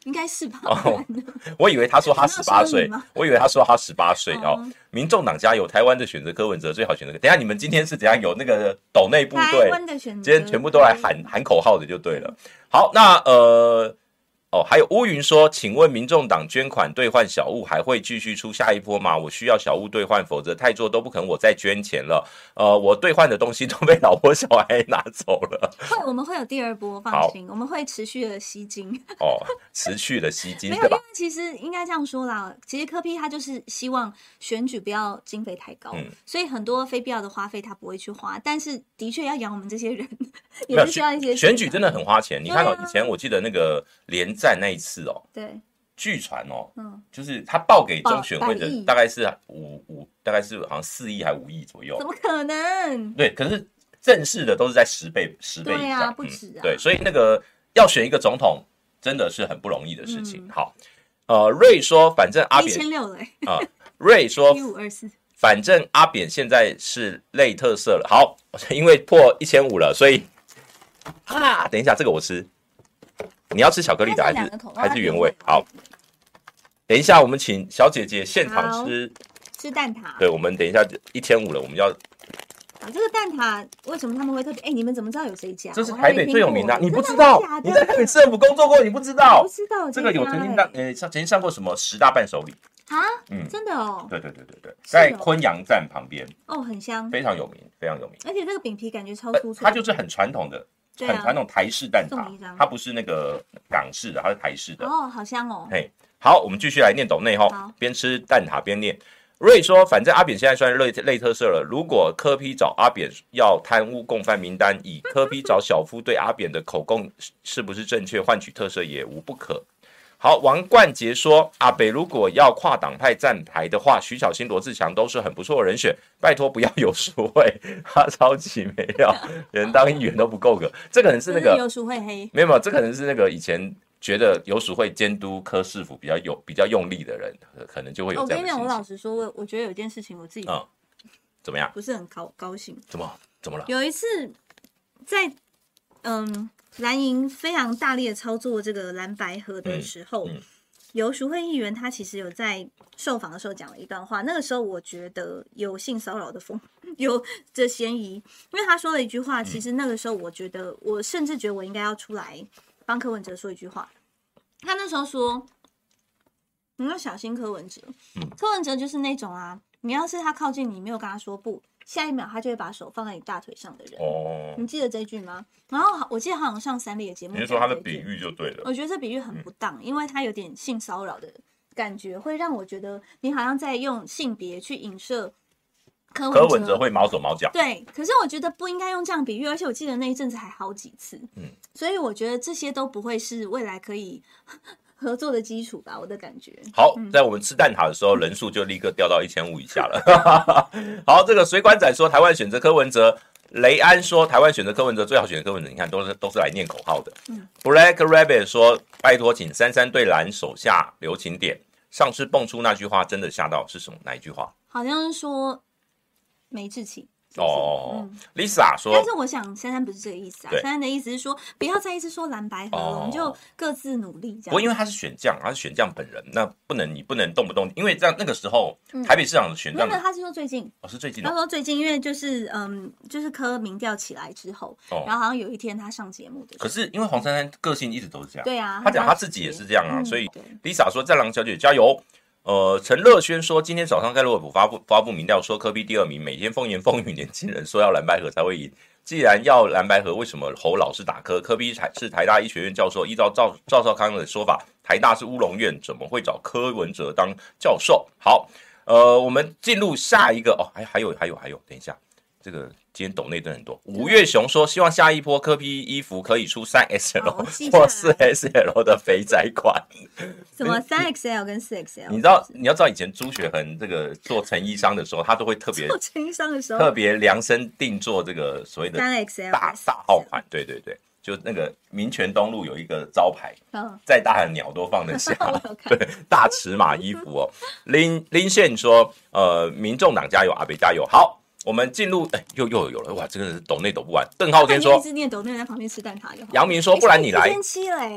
应该是吧？ 哦，我以为他说他十八岁，我以为他说他十八岁哦。民众党加油，台湾的选择柯文哲最好选择。等一下你们今天是怎样有那个斗内部队？ 台湾的选择， 今天全部都来喊喊口号的就对了。好，那呃。哦，还有乌云说，请问民众党捐款兑换小物还会继续出下一波吗？我需要小物兑换，否则太做都不肯我再捐钱了。呃，我兑换的东西都被老婆小孩拿走了。 会，我们会有第二波，放心，我们会持续的吸金。 哦，持续的吸金， 没有，因为其实应该这样说啦，其实柯 P 他就是希望选举不要经费太高，嗯、所以很多非必要的花费他不会去花，但是的确要养我们这些人，也是需要一些选举真的很花钱。你看哦，以前我记得那个连战那一次哦， 对， 据传哦，嗯，就是他报给中选会的大概是五五，大概是好像四亿还五亿左右， 怎么可能？ 对，可是正式的都是在十倍十倍以上， 对啊，不止啊、 嗯。对，所以那个要选一个总统真的是很不容易的事情。嗯、好，呃，瑞说，反正阿扁一千六了啊，瑞说一五二四， 反正阿扁现在是类特色了。好，因为破一千五了，所以啊，等一下，这个我吃。你要吃巧克力的还是还是原味？好，等一下，我们请小姐姐现场吃吃蛋挞。 对，我们等一下一千五了，我们要。 啊，这个蛋挞为什么他们会特别？哎，你们怎么知道有这一家？ 这是台北最有名的，你不知道？你在台北市政府工作过，你不知道？ 不知道这个有曾经当呃曾经上过什么十大伴手礼啊？嗯，真的哦。 对对对对对，在昆阳站旁边。 哦，很香， 非常有名，非常有名。 而且这个饼皮感觉超粗脆， 它就是很传统的。很传统台式蛋挞，它不是那个港式的，它是台式的。 哦，好香哦！ 嘿，好，我们继续来念斗内哈，边吃蛋挞边念。瑞说，反正阿扁现在算是类类特色了。如果柯 P 找阿扁要贪污共犯名单，以柯 P 找小夫对阿扁的口供是不是正确，换取特色也无不可。好，王冠杰说，阿北如果要跨党派站台的话，徐小新、罗志强都是很不错的人选，拜托不要有赎会，他超级没料，连当议员都不够格。这可能是那个有赎会黑， 没有没有，这可能是那个以前觉得有赎会监督柯市府比较有比较用力的人，可能就会有这样的心情。我跟你讲，我老实说，我我觉得有件事情我自己嗯怎么样， 不是很高高兴。 怎么怎么了？ 有一次在嗯。蓝营非常大力的操作这个蓝白合的时候，嗯嗯、游淑慧议员他其实有在受访的时候讲了一段话，那个时候我觉得有性骚扰的风有这嫌疑，因为他说了一句话，其实那个时候我觉得，我甚至觉得我应该要出来帮柯文哲说一句话。他那时候说：“你要小心柯文哲，柯文哲就是那种啊，你要是他靠近你，没有跟他说不。”下一秒他就会把手放在你大腿上的人，哦，你记得这句吗？然后我记得他好像上三立的节目， 你是说他的比喻就对了。 我觉得这比喻很不当，嗯、因为他有点性骚扰的感觉，会让我觉得你好像在用性别去影射柯文哲。 柯文哲会毛手毛脚， 对。可是我觉得不应该用这样比喻，而且我记得那一阵子还好几次，嗯，所以我觉得这些都不会是未来可以合作的基础吧，我的感觉。 好，在我们吃蛋挞的时候，人数就立刻掉到一千五以下了。好，这个水管仔说台湾选择柯文哲，雷安说台湾选择柯文哲最好选择柯文哲，你看都是都是来念口号的。嗯、Black Rabbit 说拜托，请珊珊对蓝手下留情点。上次蹦出那句话真的吓到，是什么？哪一句话？ 好像是说没志气。 哦、嗯、，Lisa 说， 但是我想珊珊不是这个意思啊，珊珊的意思是说，不要再一直说蓝白合了，哦、我们就各自努力这样。 不过因为他是选将，他是选将本人，那不能你不能动不动，因为这样那个时候、嗯、台北市长的选将， 没有，他是说最近， 哦是最近、哦， 他说最近，因为就是嗯，就是柯民调起来之后，哦、然后好像有一天他上节目的时候， 可是因为黄珊珊个性一直都是这样， 对啊， 他讲他自己也是这样啊，嗯、所以 Lisa 说战狼小姐加油。呃，陈乐轩说，今天早上盖洛普发布发布民调说柯 P 第二名，每天风言风语，年轻人说要蓝白合才会赢。既然要蓝白合，为什么侯老是打柯？柯 P 是台大医学院教授，依照赵赵少康的说法，台大是乌龙院，怎么会找柯文哲当教授？好，呃，我们进入下一个哦，还还有还有还有，等一下，这个今天抖内真很多。吴月雄说，希望下一波柯 P 衣服可以出三 X L 或四 X L 的肥宅款。 什么三 X L 跟四 X L？ 你知道你要知道以前朱学恒这个做成衣商的时候，他都会特别做成衣商的时候特别量身定做这个所谓的三 X L 大大号款。对对对，就那个民权东路有一个招牌，哦、再大的鸟都放得下。对，大尺码衣服哦。林林宪说，呃，民众党加油，阿北加油。好。我们进入，哎，又又有了哇！真的是抖内抖不完。邓浩天说， 一直念抖内在旁边吃蛋挞就好。 杨明说，不然你来。 天七嘞，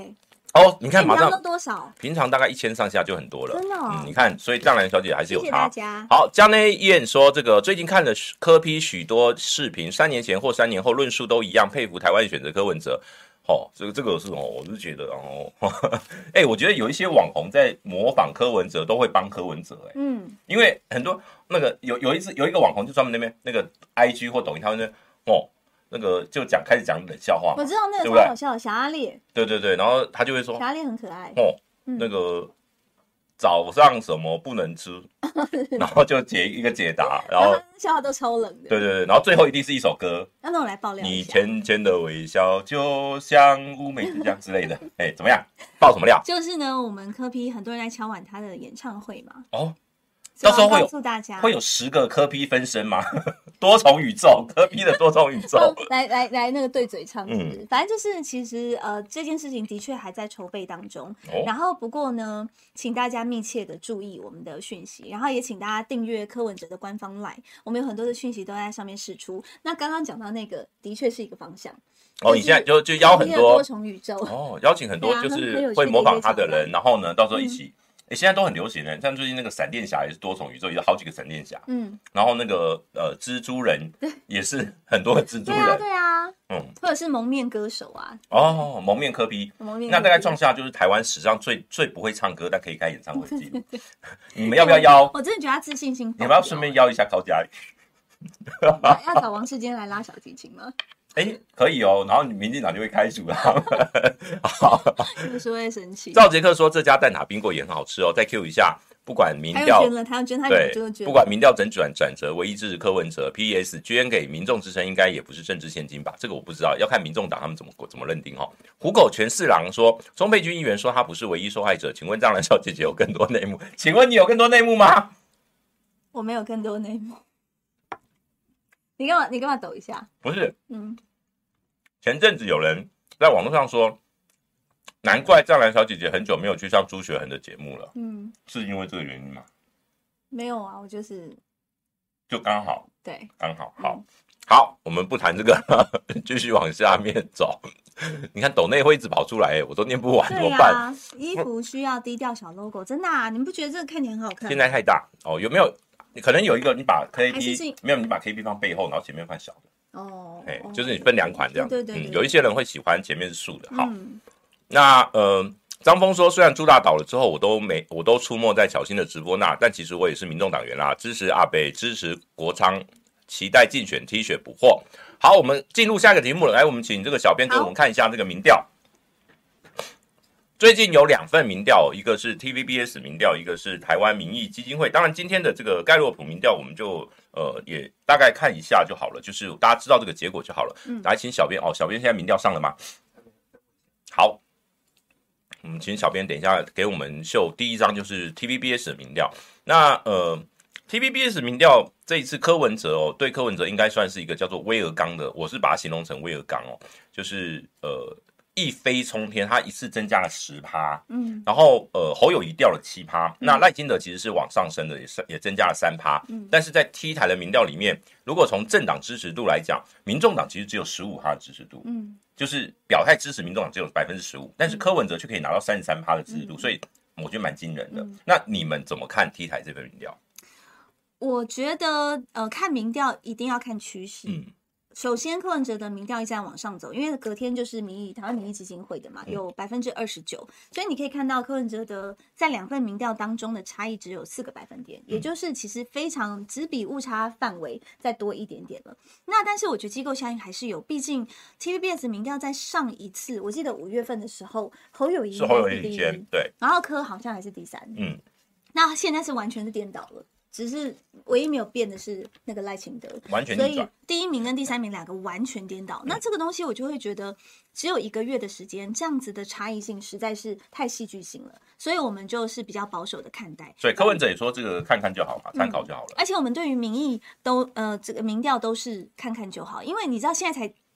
哦，你看马上平常都多少？ 平常大概一千上下就很多了， 真的、哦嗯，你看，所以藏兰小姐还是有差。 谢谢大家。 好，江内燕说，这个最近看了柯 P 许多视频，三年前或三年后论述都一样，佩服台湾选择柯文哲。哦，这个这个是哦，我是觉得哦，哎、欸，我觉得有一些网红在模仿柯文哲，都会帮柯文哲、欸，哎，嗯，因为很多那个有有一次有一个网红就专门那边那个 I G 或抖音，他们那哦。那个就讲开始讲冷笑话， 我知道那个超好笑的小阿烈， 对对对，然后他就会说小阿烈很可爱哦，嗯、那个早上什么不能吃，然后就解一个解答，然后笑话都超冷的， 对对对，然后最后一定是一首歌， 那那我来爆料一下， 你浅浅的微笑就像乌梅子酱之类的，哎、欸，怎么样？爆什么料？ 就是呢，我们柯 P 很多人在敲碗他的演唱会嘛， 哦。到时候会有告诉大家会有十个柯 P 分身吗？多重宇宙，柯 P 的多重宇宙， 来来来，那个对嘴唱是不是、 嗯， 反正就是其实呃这件事情的确还在筹备当中、 哦， 然后不过呢，请大家密切的注意我们的讯息，然后也请大家订阅柯文哲的官方 LINE， 我们有很多的讯息都在上面释出。那刚刚讲到那个，的确是一个方向。 哦，你现在就就邀很多多重宇宙哦，邀请很多就是会模仿他的人，然后呢，到时候一起。嗯欸、现在都很流行的，像最近那个闪电侠也是多重宇宙，有好几个闪电侠。嗯，然后那个呃蜘蛛人也是很多的蜘蛛人。 对啊，对啊。 嗯， 或者是蒙面歌手啊。 哦，蒙面柯 P， 蒙面。 那大概创下就是台湾史上最最不会唱歌但可以开演唱会的记录。你们要不要邀？ 我真的觉得他自信心。 你们要顺便邀一下高嘉瑜？ 要找王世坚来拉小提琴吗？ 哎、欸，可以哦，然后你民进党就会开除他们。好， 就是会生气。 赵杰克说这家蛋挞冰棍也很好吃哦，再 Q 一下，不管民调， 对， 不管民调整转转折，唯一支持柯文哲 P S 捐给民众之声，应该也不是政治现金吧？这个我不知道，要看民众党他们怎么怎么认定哦。虎口全四郎说，钟佩君议员说他不是唯一受害者，请问张兰小姐姐有更多内幕？请问你有更多内幕吗？ 我没有更多内幕。你干嘛？你干嘛抖一下？ 不是，嗯，前阵子有人在网络上说，难怪藏兰小姐姐很久没有去上朱学恒的节目了，嗯，是因为这个原因吗？ 没有啊，我就是就刚好， 对， 刚好，好，嗯、好，我们不谈这个，继续往下面走。你看抖内会一直跑出来，我都念不完，怎么办？ 啊、衣服需要低调小 logo， 真的啊，你们不觉得这个看起来很好看？ 现在太大哦，有没有？你可能有一个，你把 K P 没有，你把 K P 放背后，然后前面放小的哦，哎，就是你分两款这样。 对 对, 对, 对、 嗯，有一些人会喜欢前面是竖的。好，嗯、那呃，张峰说，虽然朱大倒了之后，我都没，我都出没在小新的直播那，但其实我也是民众党员啦，支持阿北，支持国昌，期待竞选 T 恤补货。好，我们进入下一个题目了，来，我们请这个小编给我们看一下这个民调。最近有两份民调，一个是 T V B S 民调，一个是台湾民意基金会。当然，今天的这个盖洛普民调，我们就呃也大概看一下就好了，就是大家知道这个结果就好了。嗯，来，请小编哦，小编现在民调上了吗？好，我们请小编等一下给我们秀第一张，就是 T V B S 的民调。那呃 ，T V B S 民调这一次柯文哲哦，对柯文哲应该算是一个叫做威尔刚的，我是把它形容成威尔刚哦，就是呃。一飞冲天，他一次增加了十趴，嗯，然后呃侯友宜掉了七趴，嗯、那赖清德其实是往上升的，也是也增加了三趴，嗯，但是在 T 台的民调里面，如果从政党支持度来讲，民众党其实只有十五趴的支持度，嗯，就是表态支持民众党只有百分之十五，但是柯文哲却可以拿到三十三趴的支持度，嗯、所以我觉得蛮惊人的。嗯、那你们怎么看 T 台这份民调？ 我觉得呃，看民调一定要看趋势，嗯。首先，柯文哲的民调一直在往上走，因为隔天就是民意台湾民意基金会的嘛，有百分之二十九，所以你可以看到柯文哲的在两份民调当中的差异只有四个百分点，也就是其实非常只比误差范围再多一点点了。那但是我觉得机构效应还是有，毕竟 T V B S 民调在上一次，我记得五月份的时候，侯友宜是侯友宜领先，对， 然后柯好像还是第三，嗯，那现在是完全是颠倒了。只是唯一没有变的是那个赖清德， 完全逆转， 所以第一名跟第三名两个完全颠倒。嗯、那这个东西我就会觉得，只有一个月的时间，这样子的差异性实在是太戏剧性了，所以我们就是比较保守的看待。 所以柯文哲也说这个看看就好嘛，参、嗯、考就好了。 而且我们对于民意都呃这个民调都是看看就好，因为你知道现在才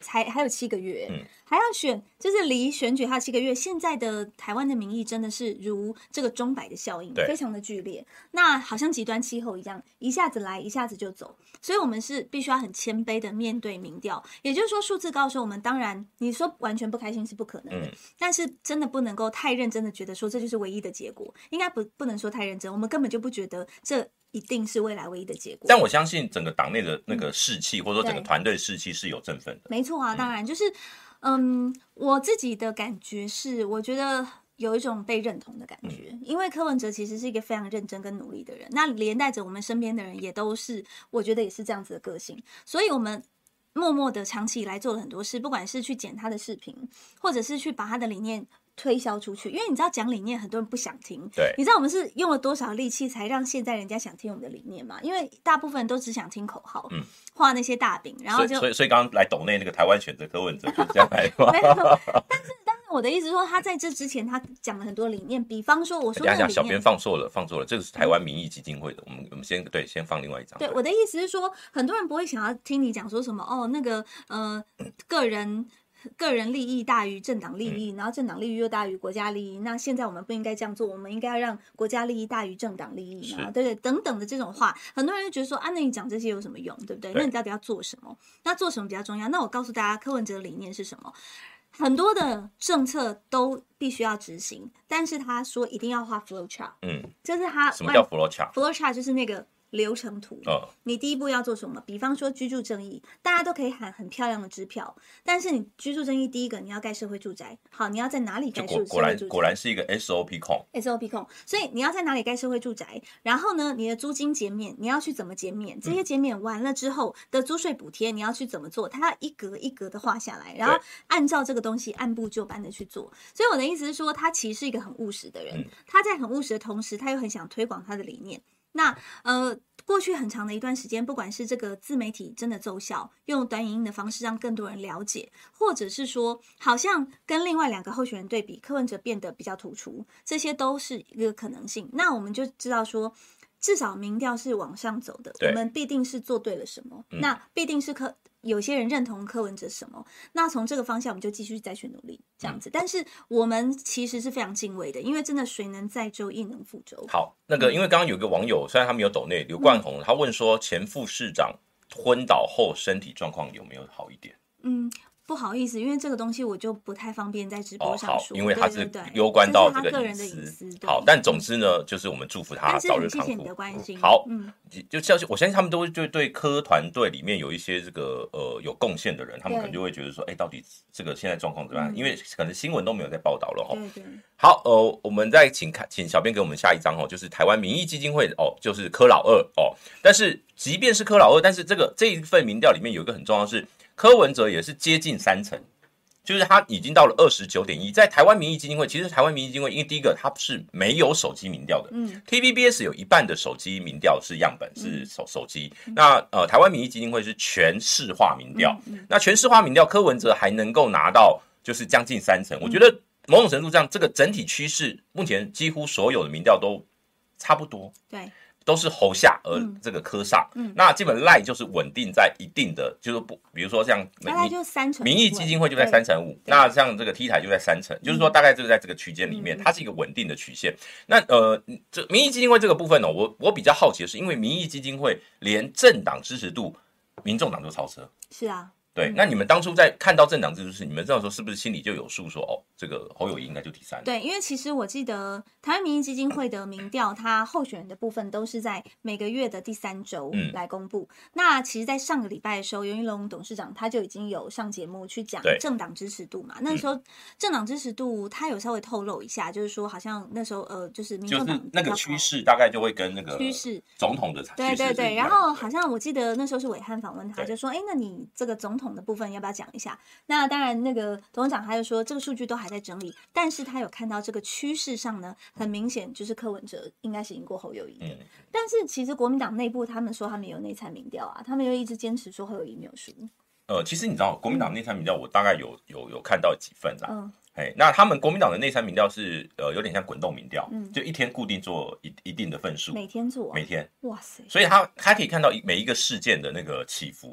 才还有七个月， 嗯， 还要选，就是离选举还有七个月。现在的台湾的民意真的是如这个钟摆的效应，非常的剧烈。那好像极端气候一样，一下子来，一下子就走。所以我们是必须要很谦卑的面对民调。也就是说，数字高的时候，我们当然你说完全不开心是不可能的，嗯、但是真的不能够太认真的觉得说这就是唯一的结果，应该不不能说太认真，我们根本就不觉得这一定是未来唯一的结果。 但我相信整个党内的那个士气，嗯、或者说整个团队士气是有振奋的。 没错啊，当然就是，嗯，我自己的感觉是，我觉得有一种被认同的感觉，嗯、因为柯文哲其实是一个非常认真跟努力的人，那连带着我们身边的人也都是，我觉得也是这样子的个性，所以我们默默的长期以来做了很多事，不管是去剪他的视频，或者是去把他的理念推销出去，因为你知道讲理念很多人不想听， 对， 你知道我们是用了多少力气才让现在人家想听我们的理念吗？因为大部分人都只想听口号，嗯，画那些大饼，然后就所以所以刚刚来抖内那个台湾选择柯文哲就是这样来的没有，但是但是我的意思是说，他在这之前他讲了很多理念，比方说我说那个理念， 小编放错了，放错了，这个是台湾民意基金会的，我们我们先对先放另外一张。 对，我的意思是说，很多人不会想要听你讲说什么哦，那个呃个人。个人利益大于政党利益，然后政党利益又大于国家利益。那现在我们不应该这样做，我们应该要让国家利益大于政党利益嘛？对不对？等等的这种话，很多人就觉得说啊，那你讲这些有什么用，对不对？对，那你到底要做什么？那做什么比较重要？那我告诉大家，柯文哲的理念是什么？很多的政策都必须要执行，但是他说一定要画 flow chart， 嗯，这是他什么叫 flow chart？flow chart 就是那个流程图，哦，你第一步要做什么？比方说居住正义，大家都可以喊很漂亮的支票，但是你居住正义第一个你要盖社会住宅，好，你要在哪里盖社会住宅？ 果然果然是一个 S O P 控 ，S O P 控，所以你要在哪里盖社会住宅？然后呢，你的租金减免你要去怎么减免？这些减免完了之后的租税补贴你要去怎么做？它要一格一格的画下来，然后按照这个东西按部就班的去做。所以我的意思是说，他其实是一个很务实的人，嗯、他在很务实的同时，他又很想推广他的理念。那呃，过去很长的一段时间，不管是这个自媒体真的奏效，用短影音的方式让更多人了解，或者是说，好像跟另外两个候选人对比，柯文哲变得比较突出，这些都是一个可能性。那我们就知道说，至少民调是往上走的，我们必定是做对了什么，嗯、那必定是柯。有些人认同柯文哲什么，那从这个方向我们就继续再去努力这样子。但是我们其实是非常敬畏的，因为真的水能载舟，亦能覆舟。 好，那个因为刚刚有个网友，虽然他没有抖内，刘冠宏，他问说前副市长昏倒后身体状况有没有好一点？ 嗯。不好意思，因为这个东西我就不太方便在直播上说， 哦、因为它是攸关到这个隐私。 好，但总之呢，就是我们祝福他早日康复。 谢谢你的关心。 好，嗯，就相信我相信他们都会就对柯团队里面有一些这个呃有贡献的人，他们可能就会觉得说，哎，到底这个现在状况怎么样？嗯、因为可能新闻都没有在报道了哈。 对对。 好，呃，我们再请看，请小编给我们下一张哦，就是台湾民意基金会哦，就是柯老二哦。但是即便是柯老二，但是这个这一份民调里面有一个很重要的是，柯文哲也是接近三成。就是他已经到了 二十九点一， 在台湾民意基金会，其实台湾民意基金会，因为第一个它是没有手机民调的，嗯 ，T V B S 有一半的手機民调是样本，是手手机，嗯、那呃台湾民意基金会是全市化民调，嗯嗯、那全市化民调，柯文哲还能够拿到就是将近三成，嗯、我觉得某种程度上，这个整体趋势目前几乎所有的民调都差不多， 对。 都是侯下而这个柯上，嗯嗯、那基本赖就是稳定在一定的，就是不，比如说像大概就三成， 民意基金会就在三成五，那像这个 T 台就在三成，就是说大概就在这个区间里面，嗯、它是一个稳定的曲线。那呃，这民意基金会这个部分呢、哦，我我比较好奇的是，因为民意基金会连政党支持度，民众党都超车， 是啊。 对，那你们当初在看到政党制度时，你们这样说是不是心里就有数说，哦，这个侯友宜应该就第三？ 对，因为其实我记得台湾民意基金会的民调，它候选人的部分都是在每个月的第三周来公布。嗯、那其实，在上个礼拜的时候，尤英龙董事长他就已经有上节目去讲政党支持度嘛。那时候政党支持度他有稍微透露一下，就是说好像那时候呃，就是民众党就是那个趋势大概就会跟那个趋势总统的趋势对对对。然后好像我记得那时候是暐瀚访问他，就说，哎，那你这个总统的部分要不要讲一下？那当然，那个董事长他就说这个数据都还在整理，但是他有看到这个趋势上呢，很明显就是柯文哲应该是赢过侯友宜的。嗯、但是其实国民党内部他们说他们有内参民调啊，他们又一直坚持说侯友宜没有输。 呃，其实你知道国民党内参民调，我大概有有有看到几份啦。嗯。哎，那他们国民党的内参民调是呃有点像滚动民调，嗯、就一天固定做一一定的份数， 每天做、啊， 每天， 哇塞！ 所以他他可以看到每一个事件的那个起伏。比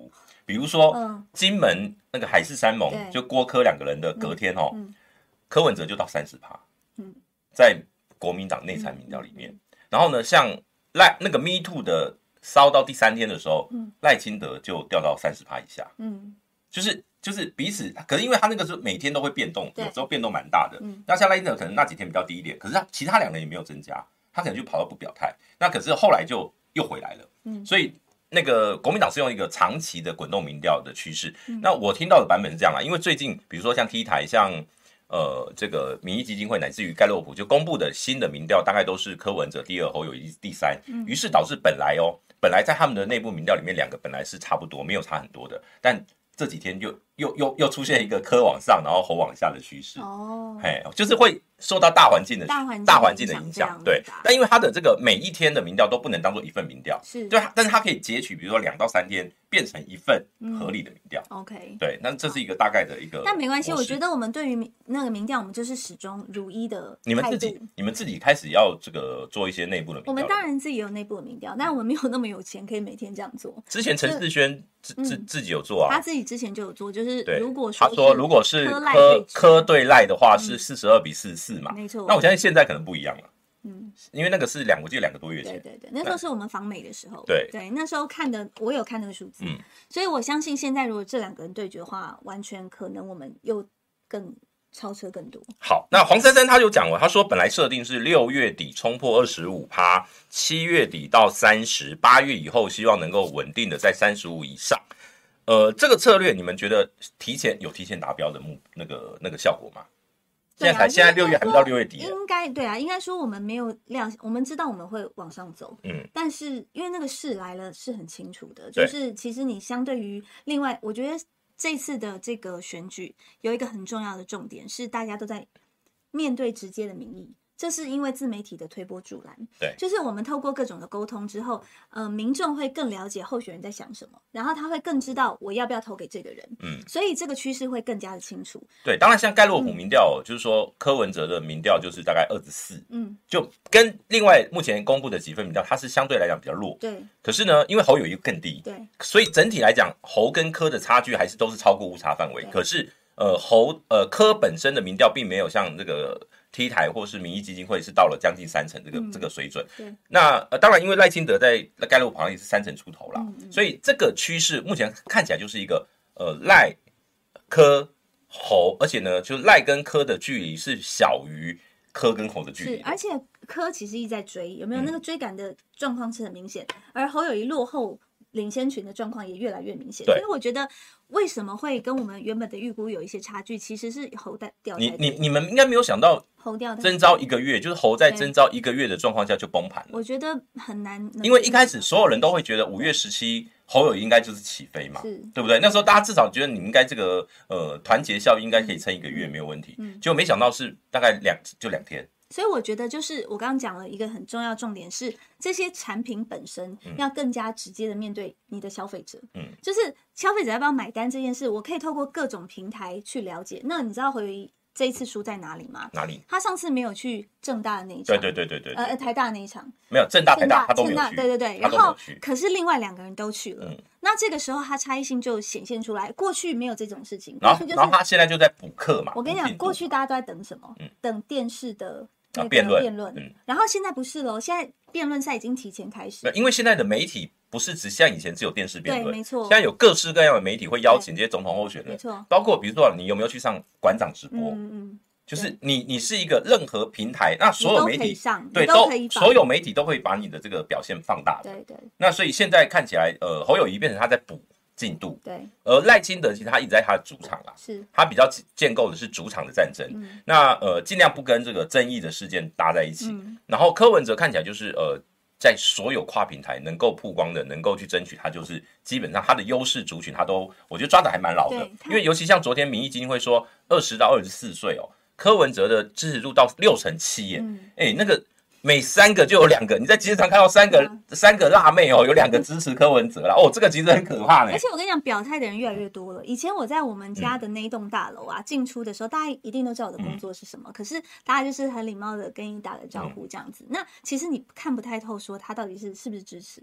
比如说、嗯、金门那个海誓山盟，就郭柯两个人的隔天哦，嗯嗯、柯文哲就到 百分之三十， 嗯，在国民党内参民调里面。嗯嗯、然后呢，像赖那个 Me Too 的烧到第三天的时候，赖、嗯、清德就掉到 百分之三十 以下，嗯，就是就是彼此，可是因为他那个是每天都会变动，有时候变动蛮大的。嗯、那像赖清德可能那几天比较低一点，可是他其他两个人也没有增加，他可能就跑到不表态。那可是后来就又回来了，嗯，所以那个国民党是用一个长期的滚动民调的趋势。嗯、那我听到的版本是这样啦，因为最近比如说像 T 台，像呃这个民意基金会乃至于盖洛普就公布的新的民调，大概都是柯文哲第二，侯友宜第三，于是导致本来哦，本来在他们的内部民调里面，两个本来是差不多，没有差很多的，但这几天就又又又出现一个柯往上，然后侯往下的趋势。哦，嘿，就是会受到大环境的大环境大环境的影响。对，但因为他的这个每一天的民调都不能当做一份民调，是对，但是他可以截取，比如说两到三天变成一份合理的民调。嗯、OK， 对，那这是一个大概的一个。 但没关系，我觉得我们对于那个民调，我们就是始终如一的。 你们自己，你们自己开始要这个做一些内部的民调。 我们当然自己有内部的民调，但我们没有那么有钱，可以每天这样做。 之前陈世轩自自自己有做啊， 他自己之前就有做，就是如果说他说如果是柯柯对赖的话，是四十二比四十四嘛， 没错。 那我相信现在可能不一样了，嗯，因为那个是两，我记得两个多月前， 对对对，那时候是我们访美的时候， 对对，那时候看的我有看那个数字，嗯，所以我相信现在如果这两个人对决的话，完全可能我们又更超车更多。 好，那黄珊珊他就讲了，他说本来设定是六月底冲破 百分之二十五， 七月底到三十，八月以后希望能够稳定的在三十五以上。呃，这个策略你们觉得提前有提前达标的目那个那个效果吗？现在才、啊、现在六月还不到六月底， 应该对啊，应该说我们没有料，我们知道我们会往上走，嗯，但是因为那个事来了是很清楚的，就是其实你相对于另外，我觉得这次的这个选举有一个很重要的重点是大家都在面对直接的民意。这是因为自媒体的推波助澜， 对， 就是我们透过各种的沟通之后，呃，民众会更了解候选人在想什么，然后他会更知道我要不要投给这个人，嗯，所以这个趋势会更加的清楚。 对，当然像盖洛普民调、嗯，就是说柯文哲的民调就是大概二十四，嗯，就跟另外目前公布的几份民调，它是相对来讲比较弱， 对。 可是呢，因为侯有一个更低， 对， 所以整体来讲，侯跟柯的差距还是都是超过误差范围。可是，呃，侯呃柯本身的民调并没有像这个。T 台或是民意基金会是到了将近三成这个、嗯、这个水准，对。那呃，当然因为赖清德在盖洛普好像也是三成出头啦、嗯嗯，所以这个趋势目前看起来就是一个呃赖柯侯，而且呢，就赖跟柯的距离是小于柯跟侯的距离的， 是，而且柯其实一直在追，有没有那个追赶的状况是很明显、嗯，而侯友宜落后领先群的状况也越来越明显，所以我觉得为什么会跟我们原本的预估有一些差距，其实是侯掉掉。 你你你们应该没有想到侯掉征召一个月，就是侯在征召一个月的状况下就崩盘了。 我觉得很难， 因为一开始所有人都会觉得五月十七侯友宜应该就是起飞嘛，对不对？那时候大家至少觉得你应该这个呃团结效应应该可以撑一个月、嗯、没有问题，嗯，结果没想到是大概两就两天。 所以我觉得就是我刚刚讲了一个很重要重点是，这些产品本身要更加直接的面对你的消费者，嗯，就是消费者要不要买单这件事，我可以透过各种平台去了解。那你知道侯友宜这一次输在哪里吗？ 哪里？ 他上次没有去政大的那一场， 对对对对 对, 對， 呃，台大那一场没有，政大台大他都没有去， 对对对，然后可是另外两个人都去了，嗯，那这个时候他差异性就显现出来。过去没有这种事情， 然后、就是、然后他现在就在补课嘛。 我跟你讲，过去大家都在等什么？嗯、等电视的。那个辩论，辩论、嗯，然后现在不是了，现在辩论赛已经提前开始。 因为现在的媒体不是只像以前只有电视辩论， 对，没错。 现在有各式各样的媒体会邀请这些总统候选人， 没错。 包括比如说你有没有去上馆长直播，嗯嗯，就是你你是一个任何平台，那所有媒体上对都所有媒体都会把你的这个表现放大的， 对对。 那所以现在看起来，呃，侯友宜变成他在补进度， 对， 而赖清德其实他一直在他的主场啦， 是他比较建构的是主场的战争，嗯、那呃尽量不跟这个争议的事件搭在一起，嗯、然后柯文哲看起来就是呃在所有跨平台能够曝光的，能够去争取，他就是基本上他的优势族群他都我觉得抓得还蛮牢的，因为尤其像昨天民意基金会说二十到二十四岁哦，柯文哲的支持度到六成七耶，哎、嗯、那个。每三个就有两个，你在街上看到三个、嗯、三个辣妹哦，有两个支持柯文哲啦，哦，这个其实很可怕呢。 而且我跟你讲，表态的人越来越多了。以前我在我们家的那一栋大楼啊，进、嗯、出的时候，大家一定都知道我的工作是什么，嗯、可是大家就是很礼貌的跟你打个招呼这样子。嗯、那其实你看不太透，说他到底是是不是支持。 对。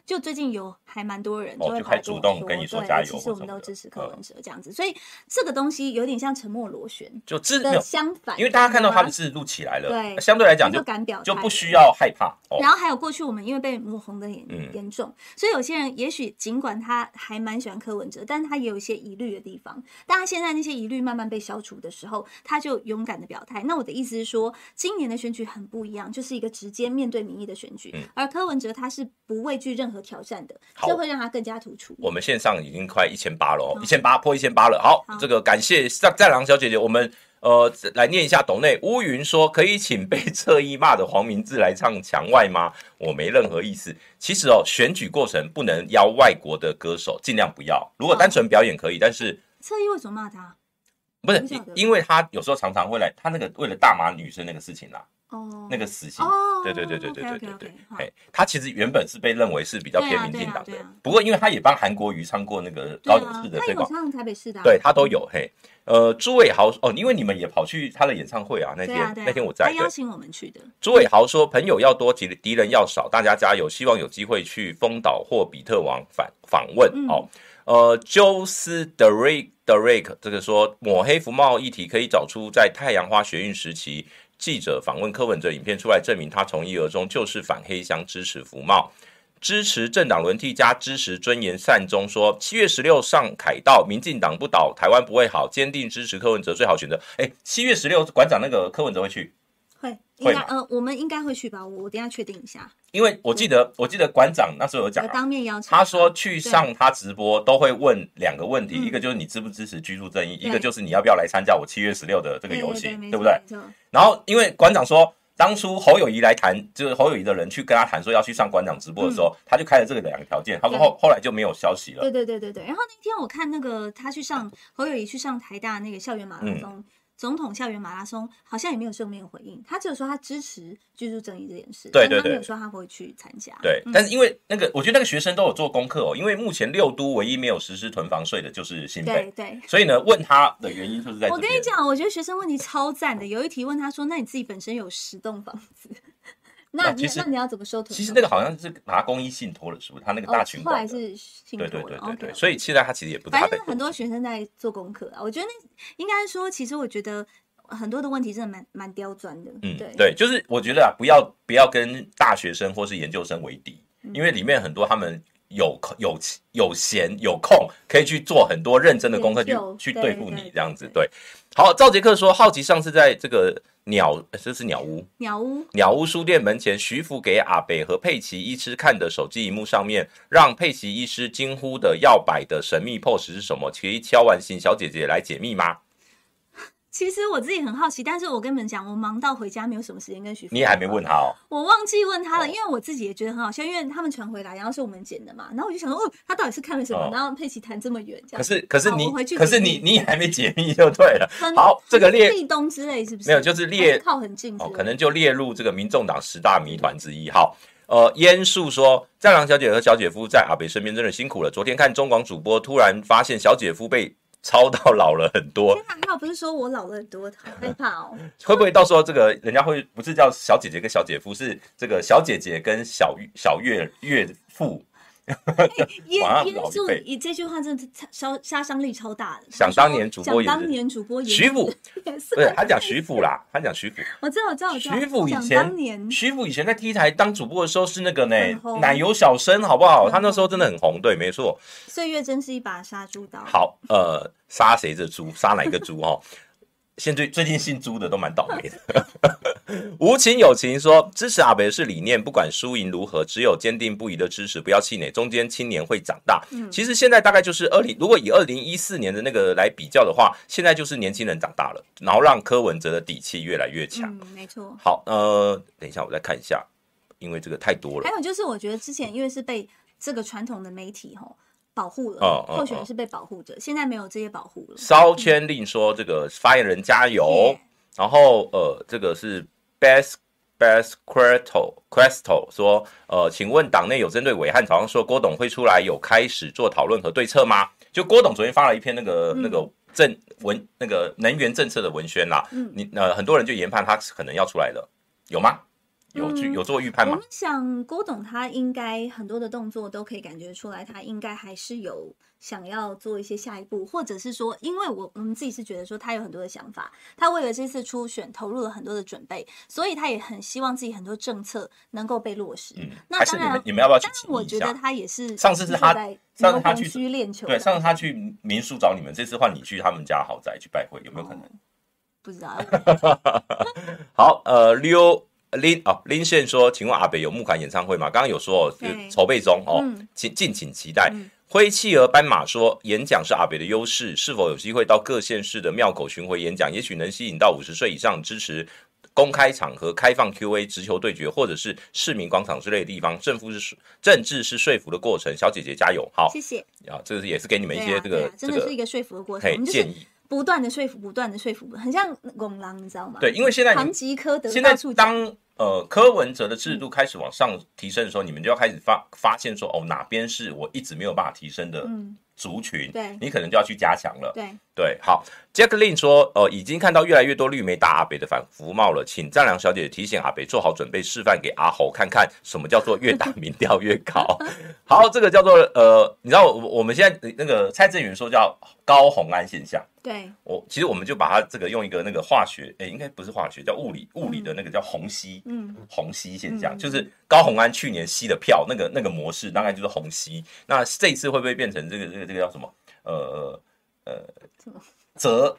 就最近有还蛮多人就会哦、就开主动跟你说加油， 其实我们都支持柯文哲这样子，嗯、所以这个东西有点像沉默螺旋， 就支的相反， 因为大家看到他的字录起来了， 对， 相对来讲就敢表就不需要害怕。 哦、然后还有过去我们因为被抹红的严严、嗯、重，所以有些人也许尽管他还蛮喜欢柯文哲，但是他也有一些疑虑的地方。但他现在那些疑虑慢慢被消除的时候，他就勇敢的表态。那我的意思是说，今年的选举很不一样，就是一个直接面对民意的选举，嗯、而柯文哲他是不畏惧任何挑战的，这会让他更加突出。 我们线上已经快一千八了哦，一千八破一千八了。好，好这个感谢战狼小姐姐，我们。呃，来念一下斗内乌云说，可以请被侧翼骂的黄明志来唱墙外吗？我没任何意思。其实哦，选举过程不能邀外国的歌手，尽量不要。如果单纯表演可以，但是侧翼为什么骂他？ 不是，因为他有时候常常会来，他那个为了大骂女生那个事情啦。 哦， 那个死刑， 哦、 对对对对对对对 okay, okay, 对， okay, 哎，他其实原本是被认为是比较偏民进党的， 对啊对啊对啊、 不过因为他也帮韩国瑜唱过那个高雄市的推广， 他有唱台北市的、啊， 对他都有嘿。呃，朱伟豪哦，因为你们也跑去他的演唱会啊，那天、啊啊、那天我在， 他邀请我们去的。 朱伟豪说：“朋友要多，敌人要少，大家加油，希望有机会去丰岛或比特王访访问、嗯、哦。”呃，揪斯德瑞德瑞克这个说抹黑服贸议题可以找出在太阳花学运时期。记者访问柯文哲影片出来证明他从一而终就是反黑箱支持服贸支持政党轮替加支持尊严善终说七月十六上凯道民进党不倒台湾不会好坚定支持柯文哲最好选择诶七月十六馆长那个柯文哲会去会应该呃我们应该会去吧我等一下确定一下因为我记得我记得馆长那时候有讲、啊、 当面邀请他说去上他直播都会问两个问题、嗯、一个就是你支不支持居住正义一个就是你要不要来参加我七月十六的这个游行 对, 对, 对, 对不对然后因为馆长说当初侯友宜来谈就是侯友宜的人去跟他谈说要去上馆长直播的时候、嗯、他就开了这个两个条件他说 后, 后来就没有消息了对对对对对然后那天我看那个他去上侯友宜去上台大那个校园马拉松、嗯总统校园马拉松好像也没有正面回应，他只有说他支持居住正义这件事， 对对对， 他没有说他会去参加。 对，嗯、但是因为那个，我觉得那个学生都有做功课哦，因为目前六都唯一没有实施囤房税的就是新北， 对对， 所以呢，问他的原因就是在这边。 我跟你讲，我觉得学生问题超赞的，有一题问他说：“那你自己本身有十栋房子？”那你那你要怎么收囤？ 其实那个好像是拿公益信托了，是不是？他那个大群后来是信托了， 对对对对对， okay, 所以现在他其实也不是他。 反正很多学生在做功课啊，我觉得那应该说，其实我觉得很多的问题真的蛮蛮刁钻的。嗯，对对，就是我觉得啊，不要不要跟大学生或是研究生为敌，嗯、因为里面很多他们有有有闲有空，可以去做很多认真的功课去去对付你这样子。对，好，赵杰克说，好奇上次在这个。鸟，这是鸟屋。 鸟屋， 鸟屋书店门前，徐福给阿北和佩奇医师看的手机荧幕上面，让佩奇医师惊呼的要摆的神秘 pose 是什么？可以敲完醒小姐姐来解密吗？ 其实我自己很好奇，但是我跟你们讲，我忙到回家没有什么时间跟徐福。 你也还没问他哦？ 我忘记问他了，哦、因为我自己也觉得很好笑，因为他们传回来，然后是我们剪的嘛，然后我就想说，哦，他到底是看了什么？哦、然后佩奇谈这么远，这样。 可是可是你， 哦、 可是你你还没解密就对了。好，这个列立冬之类是不是？ 没有，就是列靠很近哦，可能就列入这个民众党十大谜团之一。好。呃，烟树说，战狼小姐和小姐夫在阿北身边真的辛苦了。昨天看中广主播，突然发现小姐夫被操到老了很多。 天哪，还好不是说我老了很多，好害怕哦。 会不会到时候这个人家会不是叫小姐姐跟小姐夫，是这个小姐姐跟小小岳岳父？ 烟烟树以这句话真的杀杀伤力超大的。 想当年主播也是， 想当年主播也是徐府，不是他讲徐府啦，他讲徐府。 我知道，我知道，我知道。 徐府以前，徐府以前在 T 台当主播的时候是那个呢，奶油小生，好不好？他那时候真的很红，对，没错。 岁月真是一把杀猪刀。 好，呃，杀谁这猪？杀哪一个猪？哈。现在最近姓朱的都蛮倒霉的。无情有情说，支持阿北是理念，不管输赢如何，只有坚定不移的支持，不要气馁，中间青年会长大。嗯、其实现在大概就是二零，如果以二零一四年的那个来比较的话，现在就是年轻人长大了，然后让柯文哲的底气越来越强。 嗯，没错。 好，呃，等一下我再看一下，因为这个太多了。 还有就是，我觉得之前因为是被这个传统的媒体吼。保护了，哦哦、候选人是被保护着，哦、现在没有这些保护了。 烧签令说这个发言人加油，嗯、然后呃，这个是 Best Best Crystal Crystal 说，呃，请问党内有针对暐瀚早上说郭董会出来有开始做讨论和对策吗？就郭董昨天发了一篇那个、嗯、那个政文那个能源政策的文宣啦，嗯，你呃很多人就研判他可能要出来了，有吗？ 有去、嗯、有做预判吗？ 我们想郭董他应该很多的动作都可以感觉出来，他应该还是有想要做一些下一步，或者是说，因为我我们自己是觉得说他有很多的想法，他为了这次初选投入了很多的准备，所以他也很希望自己很多政策能够被落实。嗯，那当然， 你们你们要不要去请一下？ 我觉得他也是上次是他上次他去练球， 对，上次他去民宿找你们，这次换你去他们家豪宅去拜会，有没有可能？哦、 不知道。 好，呃，溜。林哦，林宪说，请问阿北有募款演唱会吗？刚刚有说哦，筹备中哦，请、嗯、敬请期待。嗯、灰企鹅斑马说，演讲是阿北的优势，是否有机会到各县市的庙口巡回演讲？也许能吸引到五十岁以上支持公开场合、开放 Q A、直球对决，或者是市民广场之类的地方。政府是政治是说服的过程，小姐姐加油！好， 谢谢啊，这个也是给你们一些这个、 啊啊、真的是一个说服的过程， 建议。 不断的说服，不断的说服，很像拱狼，你知道吗？ 对，因为现在堂吉诃德现在当呃柯文哲的制度开始往上提升的时候，嗯、你们就要开始发发现说，哦，哪边是我一直没有办法提升的族群，嗯、 对， 你可能就要去加强了。 对对，好 ，Jacqueline 说，呃，已经看到越来越多绿媒打阿北的反服贸了，请赞良小姐提醒阿北做好准备，示范给阿侯看看什么叫做越打民调越高。好，这个叫做呃，你知道我我们现在那个蔡正元说叫高虹安现象。 对， 我其实我们就把它这个用一个那个化学，诶，应该不是化学，叫物理，物理的那个叫虹吸，嗯，虹吸现象，嗯、就是高虹安去年吸的票，那个那个模式大概就是虹吸。那这一次会不会变成这个这个这个叫什么？呃呃，泽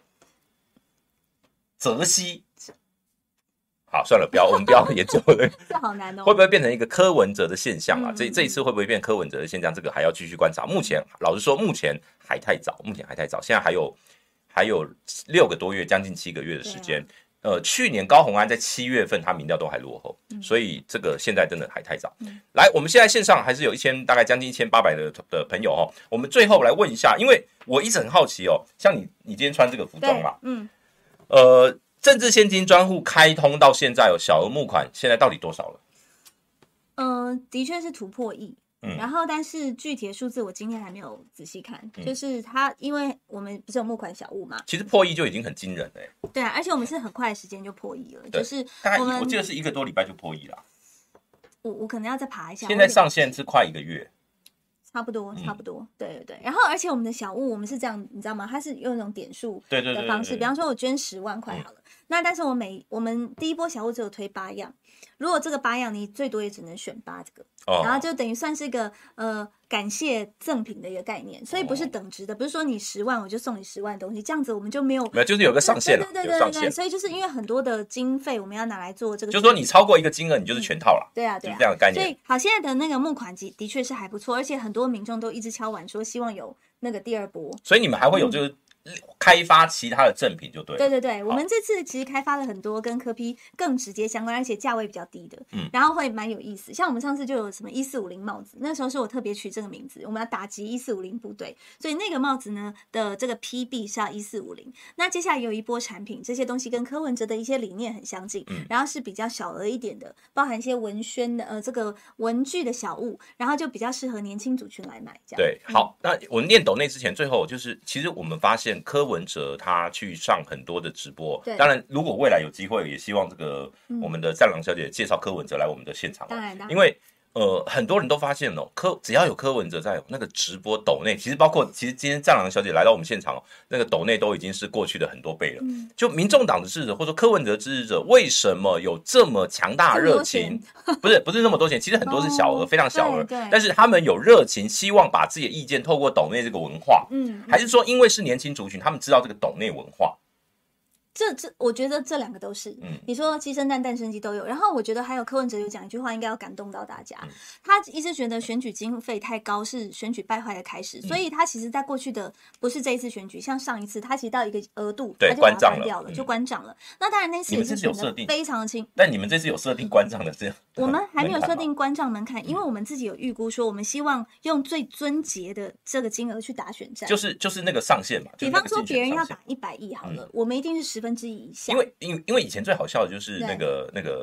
泽西。好，算了，不要，我们不要研究了。 这好难哦。 会不会变成一个柯文哲的现象啊？嗯、这这一次会不会变柯文哲的现象？这个还要继续观察。目前老实说，目前还太早，目前还太早。现在还有还有六个多月，将近七个月的时间。啊、呃，去年高虹安在七月份他民调都还落后，嗯、所以这个现在真的还太早。嗯、来，我们现在线上还是有一千大概将近一千八百的的朋友哦。我们最后来问一下，因为我一直很好奇哦，像你你今天穿这个服装嘛，嗯，呃。政治现金专户开通到现在有小额募款，现在到底多少了？ 呃，的确是突破亿，嗯，然后但是具体的数字我今天还没有仔细看，嗯、就是它，因为我们不是有募款小物嘛， 其实破亿就已经很惊人了、欸。 对啊，而且我们是很快的时间就破亿了，就是大概我记得是一个多礼拜就破亿了。 我我可能要再爬一下。 现在上线是快一个月。 差不多，差不多，嗯、对对对。然后，而且我们的小物，我们是这样，你知道吗？它是用一种点数的方式， 对对对对对， 比方说，我捐十万块好了，嗯、那但是我每我们第一波小物只有推八样，如果这个八样你最多也只能选八个，哦、然后就等于算是一个呃感谢赠品的一个概念，所以不是等值的，不是说你十万我就送你十万东西，这样子我们就没有， 没有就是有个上限了， 对对对对对，所以就是因为很多的经费我们要拿来做这个， 就是说你超过一个金额，你就是全套了， 嗯、对啊对啊， 就是这样的概念。 所以好，现在的那个募款的的确是还不错，而且很多民众都一直敲碗说希望有那个第二波， 所以你们还会有就是。嗯开发其他的赠品就对了。 对对对，我们这次其实开发了很多跟柯 P 更直接相关，而且价位比较低的，嗯，然后会蛮有意思。像我们上次就有什么一四五零帽子，那时候是我特别取这个名字，我们要打击一四五零部队，所以那个帽子呢的这个 P B 是要一四五零。那接下来有一波产品，这些东西跟柯文哲的一些理念很相近，嗯，然后是比较小额一点的，包含一些文宣的呃这个文具的小物，然后就比较适合年轻族群来买。这样对，好，嗯、那我念抖内之前，最后就是其实我们发现柯文哲他去上很多的直播，当然如果未来有机会，也希望这个、嗯、我们的战狼小姐介绍柯文哲来我们的现场， 当然，当然因为。呃，很多人都发现哦，柯只要有柯文哲在那个直播抖内，其实包括其实今天战狼小姐来到我们现场哦，那个抖内都已经是过去的很多倍了。嗯、就民众党的支持者或者说柯文哲支持者，为什么有这么强大的热情？不是不是那么多钱，其实很多是小额，哦、非常小额，但是他们有热情，希望把自己的意见透过抖内这个文化，嗯，还是说因为是年轻族群，他们知道这个抖内文化？ 这这，我觉得这两个都是。嗯，你说鸡生蛋，蛋生鸡都有。然后我觉得还有柯文哲有讲一句话，应该要感动到大家。嗯、他一直觉得选举经费太高是选举败坏的开始，嗯、所以他其实在过去的不是这一次选举，像上一次他其实到一个额度，他就把它关掉了，就关账了。那当然那次也是有设定， 非常的轻。 但你们这次有设定关账的这样？ 我们还没有设定关账门槛，因为我们自己有预估说，我们希望用最尊节的这个金额去打选战， 就是就是那个上限嘛。 比方说别人要打一百亿好了，嗯、我们一定是十分之一以下。 因为因为因为以前最好笑的就是那个那个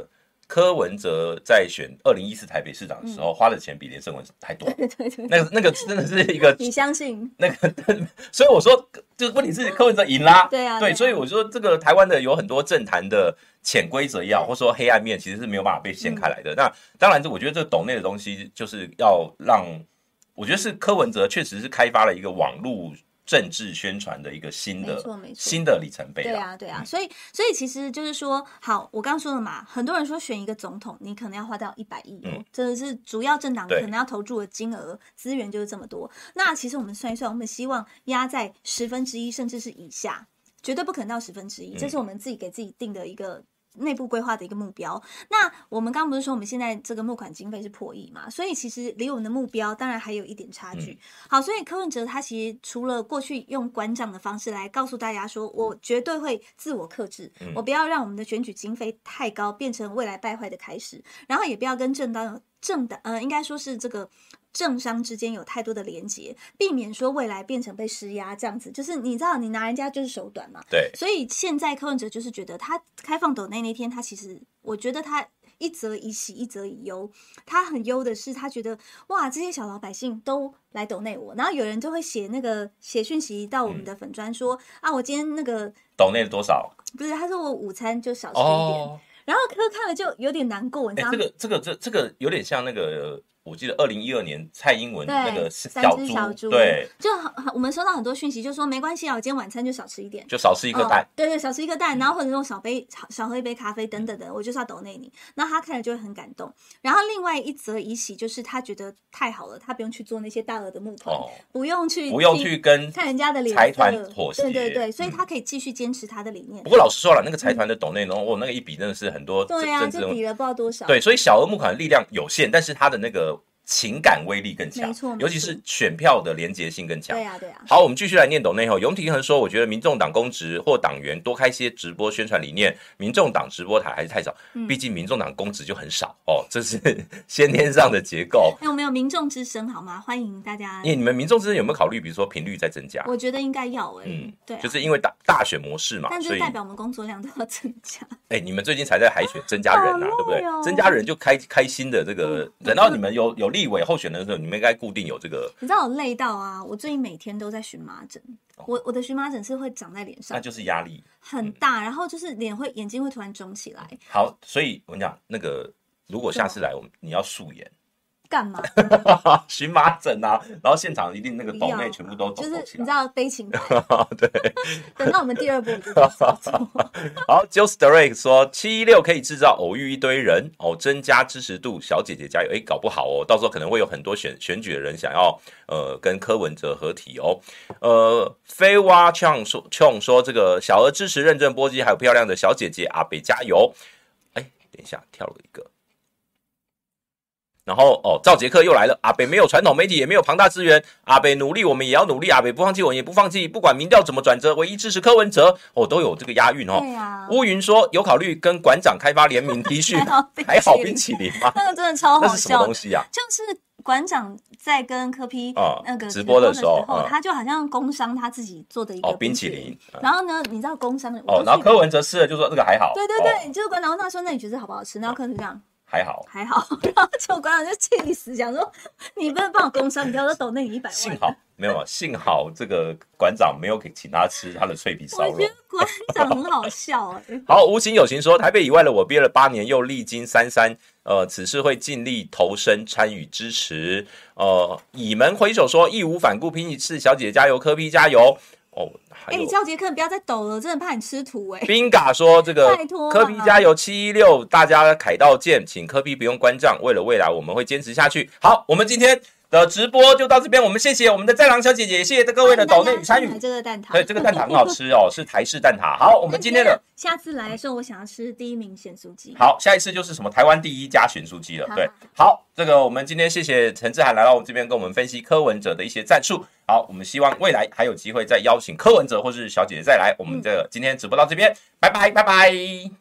柯文哲在选二零一四台北市长的时候、嗯、花的钱比连胜文还多， 对对对， 那个那个真的是一个你相信那个，所以我说，就问题是柯文哲赢啦， 对啊， 对，所以我说这个台湾的有很多政坛的潜规则也好，或者说黑暗面，其实是没有办法被掀开来的。嗯、那当然，这我觉得这个抖内的东西，就是要让，我觉得是柯文哲确实是开发了一个网络政治宣传的一个新的新的里程碑。 对啊，对啊，所以所以其实就是说，好，我刚刚说了嘛，很多人说选一个总统，你可能要花到一百亿，嗯，这个是主要政党可能要投注的金额资源就是这么多。那其实我们算一算，我们希望压在十分之一甚至是以下，绝对不可能到十分之一，这是我们自己给自己定的一个内部规划的一个目标。那我们刚刚不是说我们现在这个募款经费是破亿嘛，所以其实离我们的目标当然还有一点差距、嗯、好，所以柯文哲他其实除了过去用馆长的方式来告诉大家说我绝对会自我克制、嗯、我不要让我们的选举经费太高变成未来败坏的开始，然后也不要跟政党有政党呃，应该说是这个政商之间有太多的连结，避免说未来变成被施压这样子，就是你知道你拿人家就是手短嘛。 对， 所以现在柯文哲就是觉得他开放抖内那天，他其实我觉得他一则以喜一则以忧。他很忧的是他觉得哇这些小老百姓都来抖内我，然后有人就会写那个写讯息到我们的粉专说、嗯、啊我今天那个抖内了多少， 不是他说我午餐就少吃一点、哦，然后柯看了就有点难过，你知道吗？ 欸、这个这个这这个有点像那个，我记得二零一二年蔡英文那个小猪， 小猪对， 就我们收到很多讯息，就说没关系啊，我今天晚餐就少吃一点， 就少吃一颗蛋， 哦、对对，少吃一颗蛋，然后或者用少杯少喝一杯咖啡等等的，我就是要抖内你，那他看了就会很感动。然后另外一则以喜就是他觉得太好了，他不用去做那些大额的募款、哦，不用去不用去跟看人家的脸财团妥协， 对对对，所以他可以继续坚持他的理念。 不过老实说了，那个财团的抖内呢，我、嗯哦、那个一笔真的是很多， 对啊，就比了不知道多少， 对，所以小额募款的力量有限，但是他的那个情感威力更强， 没错， 尤其是选票的连结性更强。 对啊，对啊。 好，我们继续来念抖内后，永廷恒说，我觉得民众党公职或党员多开些直播宣传理念，民众党直播台还是太少，嗯、毕竟民众党公职就很少哦，这是先天上的结构。 有没有民众之声好吗？欢迎大家。 因为你们民众之声有没有考虑，比如说频率在增加？ 我觉得应该要哎、欸，嗯，对、啊， 就是因为大大选模式嘛， 但这代表我们工作量都要增加。 哎、欸，你们最近才在海选增加人啊，对不对？增加人就开开心的这个，等到你们有有立委候选人的时候，你们应该固定有这个。 你知道我累到啊，我最近每天都在荨麻疹，哦、我我的荨麻疹是会长在脸上， 那就是压力很大，嗯、然后就是脸会眼睛会突然肿起来。 好，所以我跟你讲，那个如果下次来，我们你要素颜。 干嘛？ 荨麻疹啊，然后现场一定那个抖内全部都抖起来， 就是你知道悲情牌。 对， 等到我们第二部就这样做。 好 ，Joe Starek 说七一六可以制造偶遇一堆人哦，增加支持度，小姐姐加油！哎，搞不好哦，到时候可能会有很多选选举的人想要呃跟柯文哲合体哦。呃，飞蛙呛说呛说这个小额支持认证波基，还有漂亮的小姐姐阿北加油！哎，等一下跳了一个。然后哦，赵杰克又来了。阿北没有传统媒体，也没有庞大资源。阿北努力，我们也要努力。阿北不放弃，我们也不放弃。不管民调怎么转折，唯一支持柯文哲。哦，都有这个押韵哦。 对啊。 乌云说有考虑跟馆长开发联名 T 恤，还好冰淇淋吗？ 那个真的超好笑。 那是什么东西啊？ 就是馆长在跟柯 P 那个直播的时候， 嗯、他就好像工商他自己做的一个冰淇淋。 哦、 然后呢，你知道工商哦，然后柯文哲吃了就说这个还好。 对对对，哦、就是馆长问他说：“那你觉得好不好吃？”然后柯就这样。 还好， 还好，然后结果馆长就气死，讲说你不能帮我工商，你不要说抖那你一百万。 幸好没有，幸好这个馆长没有给请他吃他的脆皮烧肉。 我觉得馆长很好笑哎、欸。 好，无情有情说，台北以外的我憋了八年，又历经三三，呃，此事会尽力投身参与支持。呃，以门回首说，义无反顾拼一次，小姐加油，柯 P 加油。哦， 哎、欸，赵杰克，不要再抖了，真的怕你吃土哎、欸。 宾嘎说：“这个柯 P 加油，七一六，大家凯道见，请柯 P 不用关账，为了未来，我们会坚持下去。”好，我们今天的直播就到这边，我们谢谢我们的在郎小姐姐，谢谢各位的抖内与参与。 这个蛋挞， 对，这个蛋挞很好吃哦，是台式蛋挞。好，我们今天的下次来的时候，我想要吃第一名咸酥鸡。 好，下一次就是什么台湾第一家咸酥鸡了。对，好，这个我们今天谢谢陈志涵来到我们这边跟我们分析柯文哲的一些战术。好，我们希望未来还有机会再邀请柯文哲或是小姐姐再来。我们这个今天直播到这边，拜拜，拜拜。